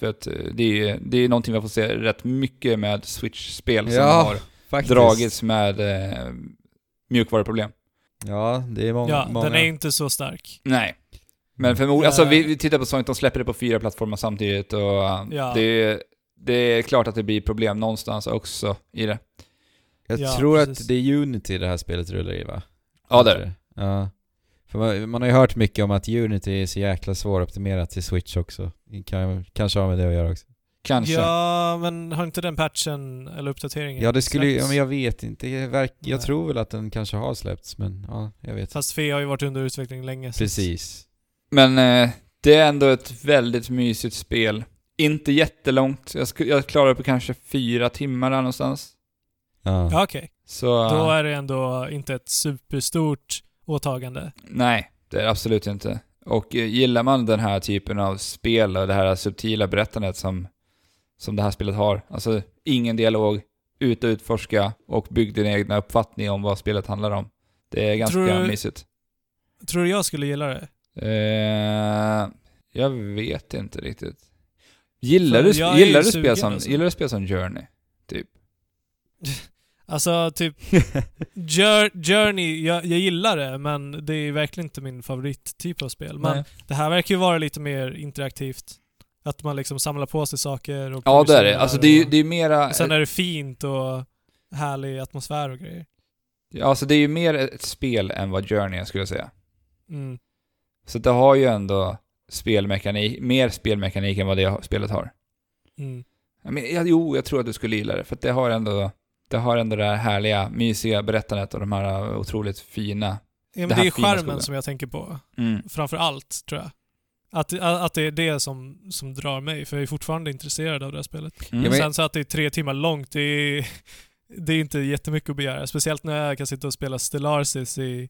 För att det är någonting vi får se rätt mycket med Switch-spel som har dragits med mjukvaruproblem. Ja, det är många. Den är inte så stark. Nej. Men förmodligen, alltså vi tittar på Sonic, de släpper det på 4 plattformar samtidigt och det är klart att det blir problem någonstans också i det. Jag tror att det är Unity det här spelet rullar i, va? Ja, det är det. Ja. För man har ju hört mycket om att Unity är så jäkla svåroptimerat till Switch också. Kanske har med det att göra också. Kanske. Ja, men har inte den patchen eller uppdateringen? Ja, det skulle ju, men jag vet inte. Jag tror väl att den kanske har släppts, men ja, jag vet. Fast FE har ju varit under utveckling länge. Precis. Men det är ändå ett väldigt mysigt spel. Inte jättelångt. Jag klarar det på kanske 4 timmar där någonstans. Ja, okej. Så då är det ändå inte ett superstort åtagande. Nej, det är det absolut inte. Och gillar man den här typen av spel och det här subtila berättandet som det här spelet har, alltså ingen dialog, utforska och bygg din egna uppfattning om vad spelet handlar om. Det är ganska mysigt. Tror du jag skulle gilla det? Jag vet inte riktigt. Gillar du spel som Journey? Typ. Alltså typ Journey, jag gillar det, men det är verkligen inte min favorittyp av spel. Men det här verkar ju vara lite mer interaktivt. Att man liksom samlar på sig saker och ja, det är det. Alltså det är mera... Sen är det fint och härlig atmosfär och grejer. Ja, alltså det är ju mer ett spel än vad Journey skulle jag säga. Mm. Så det har ju ändå mer spelmekanik än vad det spelet har. Mm. Men, jag tror att du skulle gilla det. För att det har ändå det här härliga, mysiga berättandet och de här otroligt fina... Ja, men det är skärmen som jag tänker på. Framför allt, tror jag. Att det är det som drar mig. För jag är fortfarande intresserad av det här spelet. Mm. Sen så att det är 3 timmar långt, det är inte jättemycket att begära. Speciellt när jag kan sitta och spela Stellaris i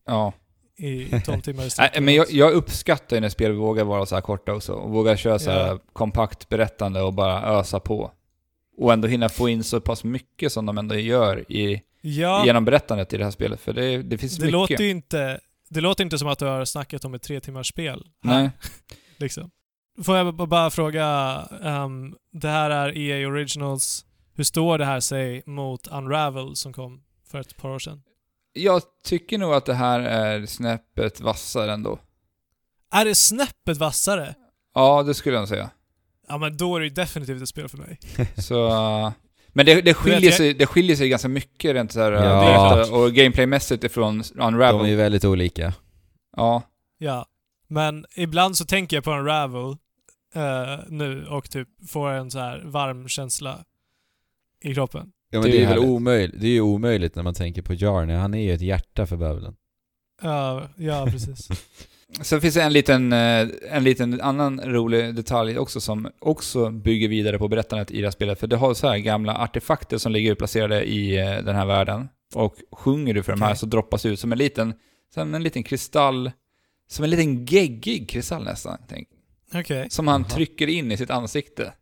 12 timmar istället. Men jag uppskattar ju när spel vågar vara så här korta också. Och vågar köra så här kompakt berättande och bara ösa på. Och ändå hinna få in så pass mycket som de ändå gör genom berättandet i det här spelet. För det finns mycket. Det låter inte som att du har snackat om ett 3 timmars spel. Nej. Liksom. Får jag bara fråga, det här är EA Originals. Hur står det här sig mot Unravel som kom för ett par år sedan? Jag tycker nog att det här är snäppet vassare ändå. Är det snäppet vassare? Ja, det skulle jag säga. Ja, men då är det definitivt ett spel för mig. Så... Men det skiljer sig ganska mycket rent så här, och gameplaymässigt ifrån Unravel. De är ju väldigt olika. Ja, men ibland så tänker jag på Unravel nu och typ får en så här varm känsla i kroppen. Ja, men det är väl omöjligt. Det är ju omöjligt när man tänker på Journey. Han är ju ett hjärta för bövelen. Ja, precis. Så finns det en liten annan rolig detalj också som också bygger vidare på berättandet i det här spelet. För det har så här gamla artefakter som ligger utplacerade i den här världen. Och sjunger du för de här så droppas ut som en liten kristall, som en liten geggig kristall nästan. Som han trycker in i sitt ansikte.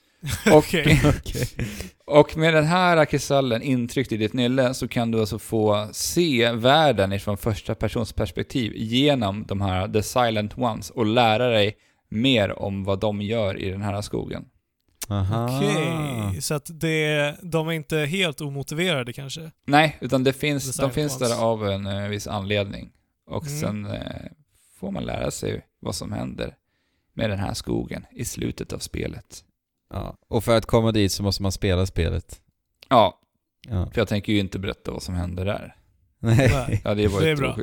Och med den här kristallen intryckt i ditt nylle så kan du alltså få se världen från första persons perspektiv genom de här The Silent Ones och lära dig mer om vad de gör i den här skogen. Okej, så att de är inte helt omotiverade kanske? Nej, utan de finns där av en viss anledning. Och sen får man lära sig vad som händer med den här skogen i slutet av spelet. Ja, och för att komma dit så måste man spela spelet. Ja. För jag tänker ju inte berätta vad som händer där. Nej. Ja, det var ju bra.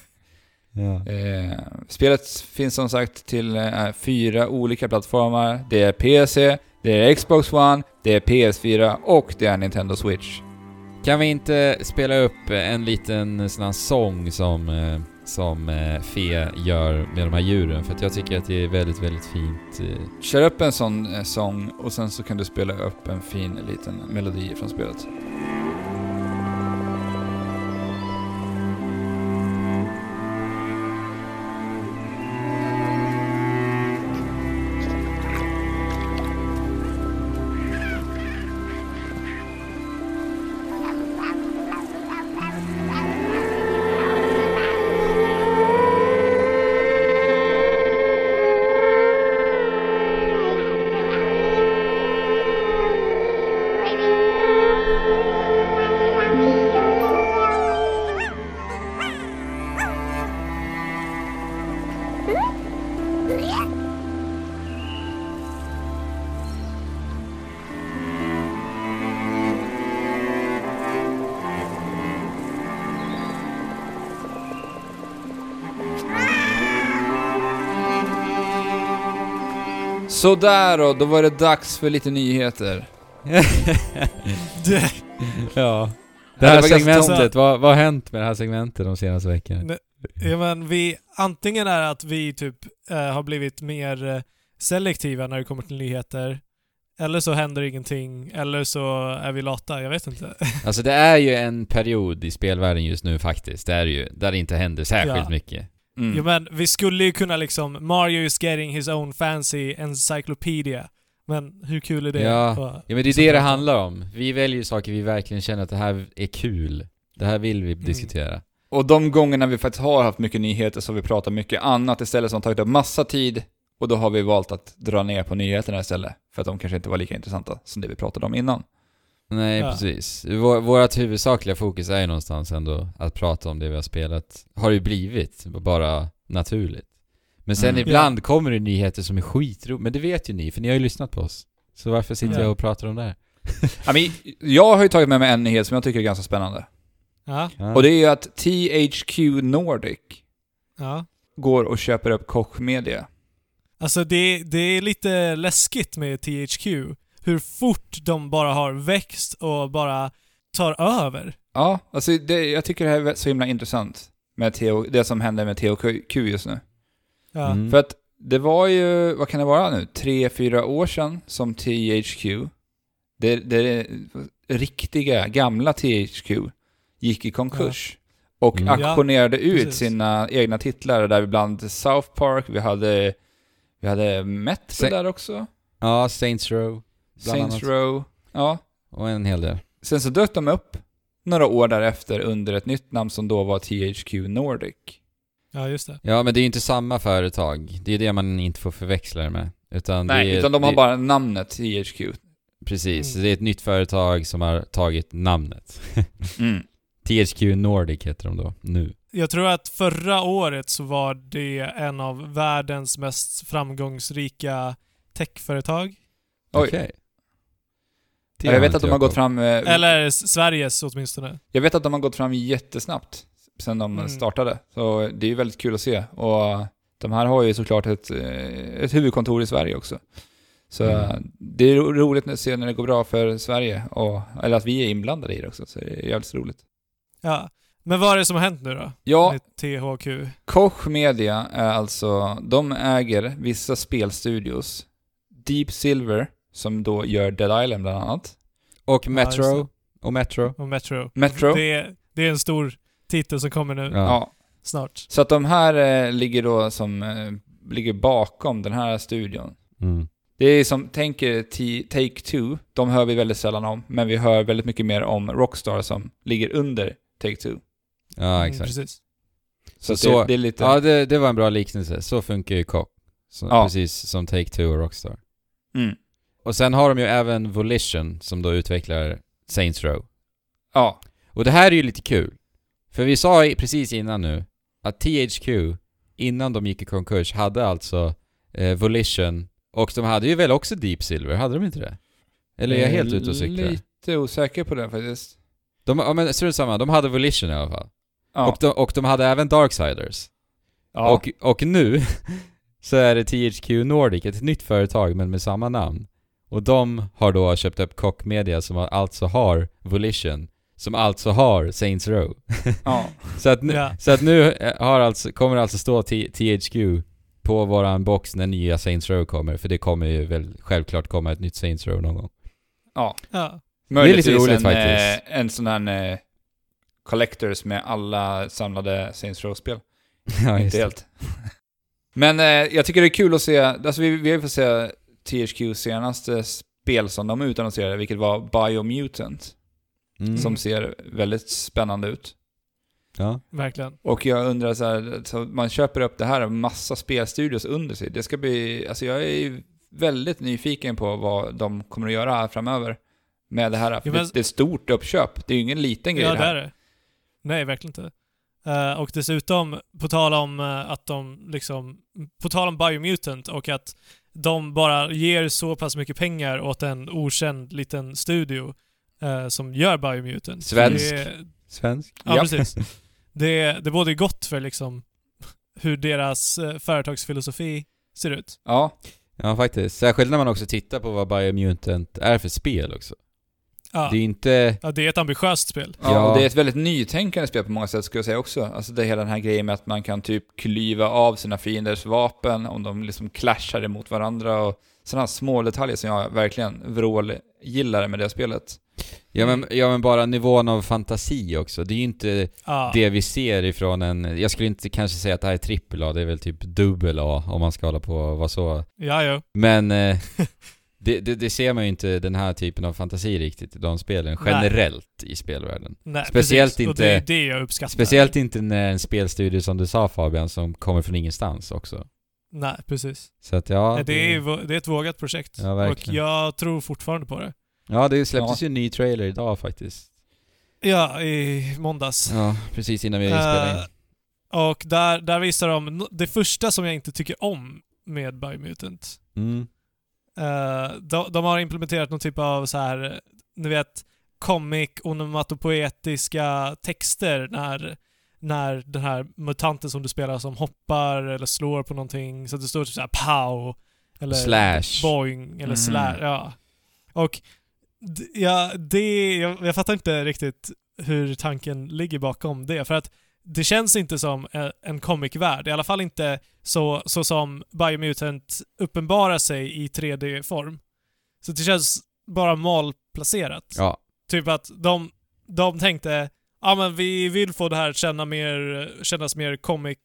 Spelet finns som sagt till 4 olika plattformar. Det är PC, det är Xbox One, det är PS4 och det är Nintendo Switch. Kan vi inte spela upp en liten sån här sång som Fe gör med de här djuren, för att jag tycker att det är väldigt, väldigt fint. Kör upp en sån sång och sen så kan du spela upp en fin liten melodi från spelet. Så där då var det dags för lite nyheter. Ja. Det här segmentet, vad har hänt med det här segmentet de senaste veckorna? Ja, men antingen är att vi typ har blivit mer selektiva när det kommer till nyheter, eller så händer ingenting, eller så är vi lata, jag vet inte. Alltså det är ju en period i spelvärlden just nu faktiskt, det är ju, där det inte händer särskilt mycket. Jo, men vi skulle ju kunna liksom, Mario is getting his own fancy encyclopedia. Men hur kul är det? Ja, men det är det handlar om. Vi väljer saker vi verkligen känner att det här är kul. Det här vill vi diskutera. Och de gångerna vi faktiskt har haft mycket nyheter så har vi pratat mycket annat istället, som tagit upp massa tid. Och då har vi valt att dra ner på nyheterna istället. För att de kanske inte var lika intressanta som det vi pratade om innan. Nej, precis. Vårt huvudsakliga fokus är ju någonstans ändå att prata om det vi har spelat. Har ju blivit bara naturligt. Men sen ibland kommer det nyheter som är skitroligt. Men det vet ju ni, för ni har ju lyssnat på oss. Så varför sitter jag och pratar om det här? Jag har ju tagit med mig en nyhet som jag tycker är ganska spännande. Ja. Och det är ju att THQ Nordic går och köper upp Koch Media. Alltså det är lite läskigt med THQ. Hur fort de bara har växt och bara tar över. Ja, alltså jag tycker det här är så himla intressant med det som händer med THQ just nu. Ja. För att det var ju, vad kan det vara nu? 3-4 år sedan som THQ, det riktiga gamla THQ, gick i konkurs. Och auktionerade ut sina egna titlar, där ibland South Park, vi hade Metro där också. Ja, Saints Row. Saints Row, ja. Och en hel del. Sen så dök de upp några år därefter under ett nytt namn som då var THQ Nordic. Ja, just det. Ja, men det är ju inte samma företag. Det är det man inte får förväxla det med. Utan de har bara namnet THQ. Precis, det är ett nytt företag som har tagit namnet. THQ Nordic heter de då, nu. Jag tror att förra året så var det en av världens mest framgångsrika techföretag. Oj. Jag vet att de har gått fram... Eller Sveriges åtminstone. Jag vet att de har gått fram jättesnabbt sen de startade. Så det är ju väldigt kul att se. Och de här har ju såklart ett huvudkontor i Sverige också. Så det är roligt att se när det går bra för Sverige. Eller att vi är inblandade i det också. Så det är jävligt roligt. Ja, men vad är det som har hänt nu då? Ja, med THQ? Koch Media är alltså... De äger vissa spelstudios. Deep Silver, som då gör Dead Island bland annat. Och Metro. Metro. Det är en stor titel som kommer nu. Ja. Snart. Så att de här ligger då ligger bakom den här studion. Det är som, tänker Take-Two, de hör vi väldigt sällan om, men vi hör väldigt mycket mer om Rockstar som ligger under Take-Two. Ja, exakt. Precis. Så det är lite... Ja, det var en bra liknelse. Så funkar ju Koch. Precis som Take-Two och Rockstar. Och sen har de ju även Volition som då utvecklar Saints Row. Ja. Och det här är ju lite kul. För vi sa precis innan nu att THQ, innan de gick i konkurs, hade alltså Volition. Och de hade ju väl också Deep Silver, hade de inte det? Eller är jag helt ute och cyklar? Lite osäker på det faktiskt. Men strunt samma, de hade Volition i alla fall. Ja. Och de hade även Darksiders. Ja. Och nu så är det THQ Nordic, ett nytt företag men med samma namn. Och de har då köpt upp Koch Media som alltså har Volition, som alltså har Saints Row. Ja. så att nu kommer alltså stå THQ på våran box när nya Saints Row kommer, för det kommer ju väl självklart komma ett nytt Saints Row någon gång. Ja. Det är lite roligt faktiskt. En sån här collectors med alla samlade Saints Row-spel. Ja, inte helt. Men jag tycker det är kul att se, alltså vi har fått se THQ senaste spel som de utannonserade, vilket var Biomutant. Som ser väldigt spännande ut. Ja, verkligen. Och jag undrar så man köper upp det här av massa spelstudios under sig. Det ska bli, alltså jag är väldigt nyfiken på vad de kommer att göra här framöver med det här. Det är ett stort uppköp. Det är ju ingen liten grej. Ja, det är det. Nej, verkligen inte. Och dessutom, på tal om Biomutant och att de bara ger så pass mycket pengar åt en okänd liten studio som gör Biomutant. Svensk? Ja, precis. Det är både gott för liksom hur deras företagsfilosofi ser ut. Ja, faktiskt. Särskilt när man också tittar på vad Biomutant är för spel också. Ja. Det är inte... Ja, det är ett ambitiöst spel. Ja, och det är ett väldigt nytänkande spel på många sätt, skulle jag säga också. Alltså det är hela den här grejen med att man kan typ klyva av sina fienders vapen om de liksom clashar emot varandra och sådana små detaljer som jag verkligen gillar med det spelet. Ja men bara nivån av fantasi också. Det är ju inte det vi ser ifrån en... Jag skulle inte kanske säga att det här är AAA, det är väl typ AA om man ska hålla på och vara så. Ja. Men det ser man ju inte den här typen av fantasi riktigt i de spelen generellt i spelvärlden. Nej, speciellt precis. inte, och det är det jag uppskattar. Speciellt inte när en spelstudio som du sa, Fabian, som kommer från ingenstans också. Nej, precis. Så att det är ett vågat projekt. Ja, och jag tror fortfarande på det. Ja, det släpptes ju en ny trailer idag faktiskt. Ja, i måndags. Ja, precis innan vi spelade in. Och där visar de det första som jag inte tycker om med Biomutant. De har implementerat någon typ av så här, ni vet, onomatopoetiska texter när den här mutanten som du spelar som hoppar eller slår på någonting, så det står typ så här pow eller slash boing eller slash, ja. Och jag fattar inte riktigt hur tanken ligger bakom det, för att det känns inte som en comic-värld, i alla fall inte så som Biomutant uppenbarar sig i 3D-form. Så det känns bara malplacerat. Ja. Typ att de tänkte, men vi vill få det här kännas mer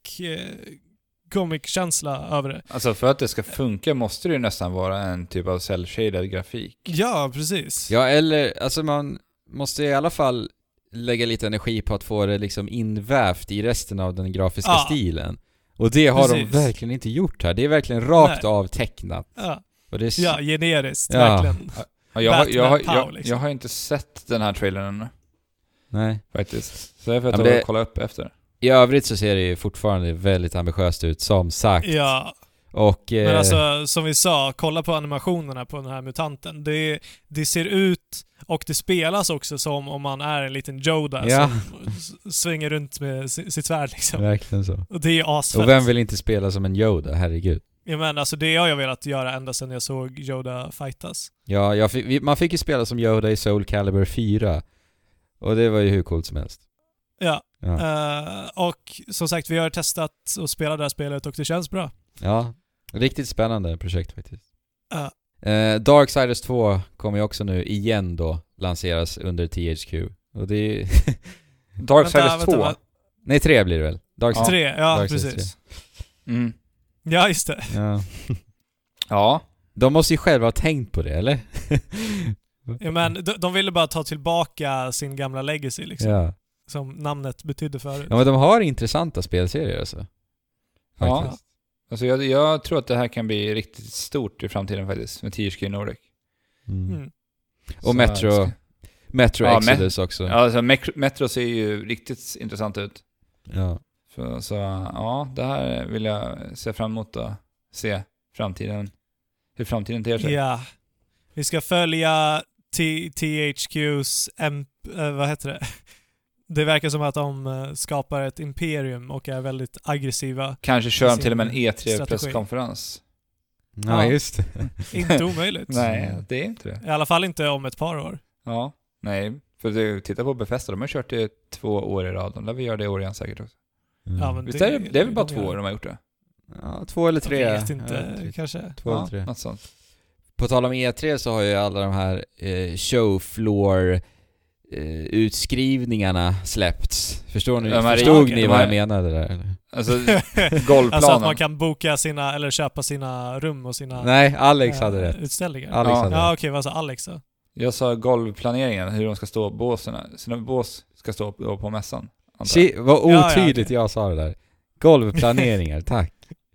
comic-känsla över det. Alltså för att det ska funka måste det ju nästan vara en typ av cell-shaded grafik. Ja, precis. Ja, eller alltså man måste i alla fall lägga lite energi på att få det liksom invävt i resten av den grafiska stilen. Och det har de verkligen inte gjort här. Det är verkligen rakt av tecknat. Ja, och det är generiskt, verkligen. Jag har inte sett den här trailern ännu. Nej. Faktiskt. Så jag får kolla upp efter. I övrigt så ser det ju fortfarande väldigt ambitiöst ut, som sagt. Ja. Och, men alltså, som vi sa, kolla på animationerna på den här mutanten. Det ser ut och det spelas också som om man är en liten Yoda som svänger runt med sitt svärd liksom. Verkligen så. Och det är asfett. Och vem vill inte spela som en Yoda, herregud. Ja, men alltså det har jag velat göra ända sedan jag såg Yoda fightas. Ja, man fick ju spela som Yoda i Soul Calibur 4. Och det var ju hur coolt som helst. Ja. Och som sagt, vi har testat och spelat det här spelet och det känns bra. Ja, riktigt spännande projekt faktiskt. Darksiders 2 kommer ju också nu igen då lanseras under THQ. Och det är Darksiders 2? Nej, 3 blir det väl? Darksiders 3, ja, Darksiders precis. 3. Ja, just det. Ja. De måste ju själva ha tänkt på det, eller? Ja, men de ville bara ta tillbaka sin gamla legacy liksom. Ja. Som namnet betydde förut. Ja, men de har intressanta spelserier alltså. Ja. Alltså jag tror att det här kan bli riktigt stort i framtiden faktiskt med THQ Nordic. Och Metro Exodus också. Ja, alltså Metro ser ju riktigt intressant ut. Ja. Så det här vill jag se fram emot att se hur framtiden ter sig. Ja. Vi ska följa THQs vad heter det? Det verkar som att de skapar ett imperium och är väldigt aggressiva. Kanske kör de till och med en E3-presskonferens. Ja, just det. Inte omöjligt. Nej, det är inte det. I alla fall inte om ett par år. Ja, nej. För titta på Bethesda, de har kört det 2 år i rad. De lär vi göra det i år igen säkert också. Ja, men visst det är väl bara 2 år de har gjort det? Ja, 2 eller 3. Jag vet inte, kanske. 2 eller 3. Något sånt. På tal om E3 så har ju alla de här showfloor utskrivningarna släppts. Förstod ni vad jag menade där? Eller? Alltså golvplanen. Alltså att man kan boka sina eller köpa sina rum och sina Nej, Alex hade rätt. Utställningar. Alex okej, vad sa Alex då? Jag sa golvplaneringen, hur de ska stå båsarna. Sina bås ska stå på mässan. Vad otydligt jag sa det där. Golvplaneringar, tack.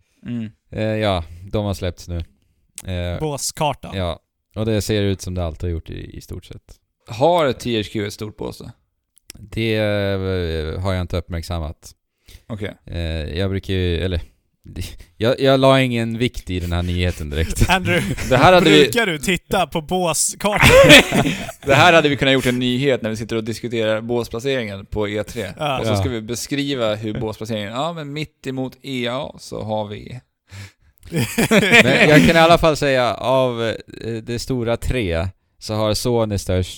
De har släppts nu. Båskarta. Ja, och det ser ut som det alltid har gjort i stort sett. Har THQ ett stort bås då? Det har jag inte uppmärksammat. Okej. Jag brukar ju, eller jag la ingen vikt i den här nyheten direkt. Andrew, det här hade brukar du titta på båskartan? Det här hade vi kunnat gjort en nyhet när vi sitter och diskuterar båsplaceringen på E3. Ja. Och så ska vi beskriva hur båsplaceringen... Ja, men mitt emot EA så har vi... Men jag kan i alla fall säga, av det stora 3 så har Sony störst.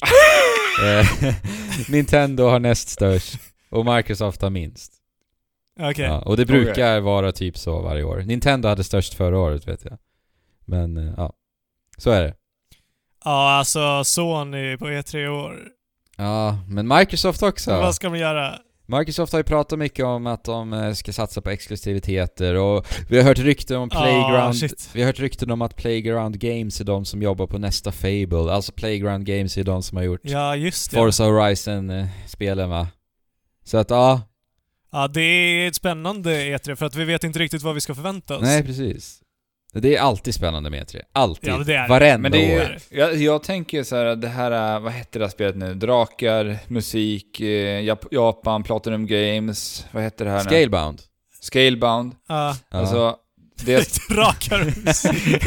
Nintendo har näst störst. Och Microsoft har minst. Okay. Ja, och det brukar vara typ så varje år. Nintendo hade störst förra året, vet jag. Men ja, så är det. Ja, alltså Sony på E3 år. Ja, men Microsoft också. Vad ska man göra? Microsoft har ju pratat mycket om att de ska satsa på exklusiviteter, och vi har hört rykten om Playground. Vi har hört rykten om att Playground Games är de som jobbar på nästa Fable. Alltså Playground Games är de som har gjort Forza Horizon-spelen, va? Så att ja, det är ett spännande E3 för att vi vet inte riktigt vad vi ska förvänta oss. Nej, precis. Det är alltid spännande med E3. Alltid. Ja, det är varenda men det år. Jag tänker så här, det här, vad heter det här spelet nu? Drakar, musik, Japan, Platinum Games, vad heter det här nu? Scalebound. Scalebound. Alltså, det Drakar musik.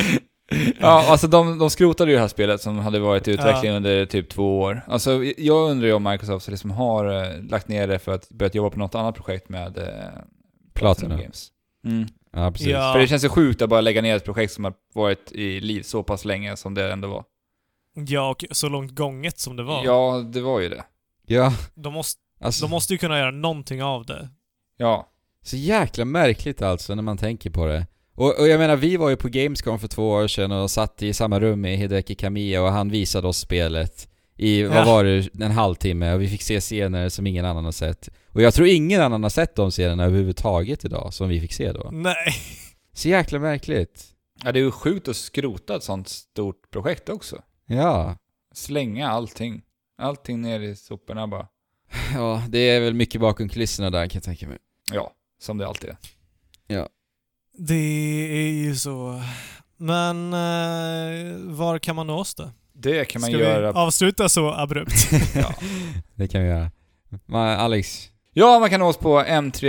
Ja, alltså de skrotade ju det här spelet som hade varit i utveckling under typ 2 år. Alltså jag undrar ju om Microsoft liksom har lagt ner det för att börja jobba på något annat projekt med Platinum Games. Ja, precis. Ja. För det känns ju sjukt att bara lägga ner ett projekt som har varit i liv så pass länge som det ändå var. Ja, och så långt gånget som det var. Ja, det var ju det. Ja. De måste ju kunna göra någonting av det. Ja. Så jäkla märkligt alltså när man tänker på det. Och jag menar, vi var ju på Gamescom för 2 år sedan och satt i samma rum med Hideki Kamiya, och han visade oss spelet i, vad var det, en halvtimme, och vi fick se scener som ingen annan har sett. Och jag tror ingen annan har sett de scenerna överhuvudtaget idag som vi fick se då. Nej. Så jäkla märkligt. Ja, det är ju sjukt att skrota ett sånt stort projekt också. Ja. Slänga allting. Allting ner i soporna bara. Ja, det är väl mycket bakom kulisserna där, kan jag tänka mig. Ja, som det alltid är. Ja. Det är ju så. Men var kan man nå oss då? Det kan man Ska göra. vi avsluta så abrupt? Ja, det kan vi göra. Alex? Ja, man kan nå oss på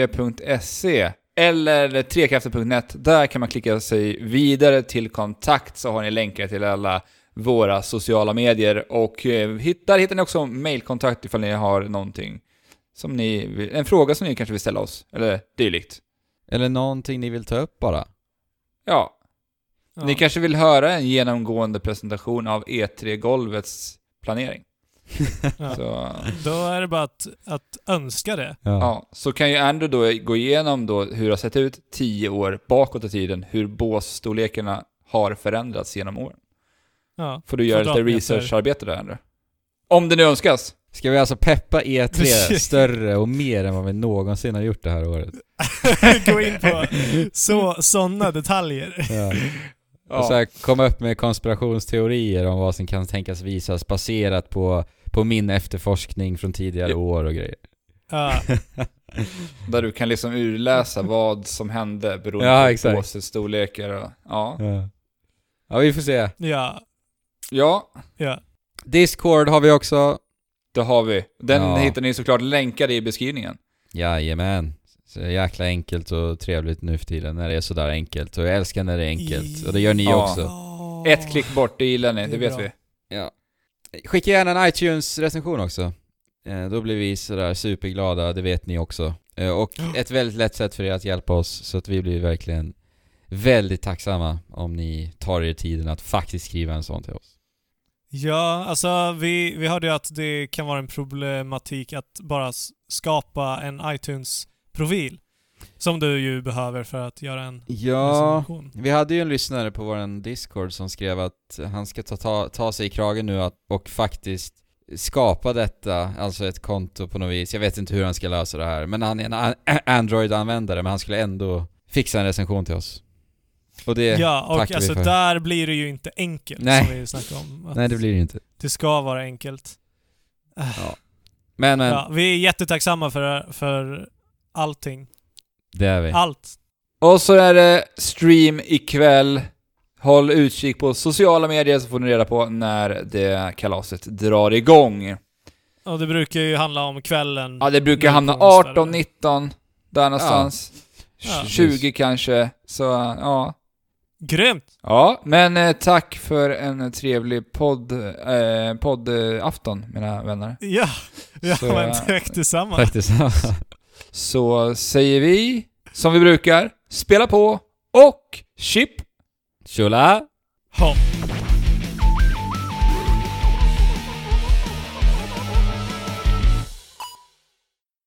m3.se eller trekrafter.net. Där kan man klicka sig vidare till kontakt, så har ni länkar till alla våra sociala medier, och hittar ni också mailkontakt ifall ni har någonting som ni vill, en fråga som ni kanske vill ställa oss eller dylikt. Eller någonting ni vill ta upp bara. Ja. Ni kanske vill höra en genomgående presentation av E3-golvets planering. Ja. Så. Då är det bara att önska det. Ja, så kan ju Andrew då gå igenom då hur det har sett ut 10 år bakåt i tiden, hur båsstorlekarna har förändrats genom åren. Ja. Får du göra lite researcharbete där, Andrew? Om det nu önskas. Ska vi alltså peppa E3 större och mer än vad vi någonsin har gjort det här året? Gå in på sådana detaljer. Ja. Och så här, komma upp med konspirationsteorier om vad som kan tänkas visas baserat på min efterforskning från tidigare år och grejer. Ja. Där du kan liksom urläsa vad som hände beroende på båsets storlekar. Och, ja, vi får se. Ja. Discord har vi också. Det har vi. Den hittar ni såklart länkade i beskrivningen. Jajamän. Så jäkla enkelt och trevligt nu för tiden när det är sådär enkelt. Och jag älskar när det är enkelt. Och det gör ni också. Ett klick bort, det gillar ni, det vet bra. vi. Ja. Skicka gärna en iTunes-recension också. Då blir vi sådär superglada, det vet ni också. Och ett väldigt lätt sätt för er att hjälpa oss, så att vi blir verkligen väldigt tacksamma om ni tar er tiden att faktiskt skriva en sån till oss. Ja, alltså vi hörde ju att det kan vara en problematik att bara skapa en iTunes-profil. Som du ju behöver för att göra en recension. Vi hade ju en lyssnare på våran Discord som skrev att han ska ta sig i kragen nu och faktiskt skapa detta, alltså ett konto på något vis. Jag vet inte hur han ska lösa det här, men han är en Android-användare, men han skulle ändå fixa en recension till oss. Och det och alltså där blir det ju inte enkelt. Nej. Som vi snackade om. Nej, det blir det inte. Det ska vara enkelt. Ja. Men vi är jättetacksamma för allting. Det är vi. Allt. Och så är det stream ikväll. Håll utkik på sociala medier så får ni reda på när det kalaset drar igång. Och det brukar ju handla om kvällen. Ja, det brukar hamna 18-19 där någonstans. Ja. 20 kanske. Så ja. Grymt! Ja, men tack för en trevlig poddafton, mina vänner. Ja, men tack detsamma. Tack detsamma. Så säger vi, som vi brukar, spela på och chip! Tjola! Hopp!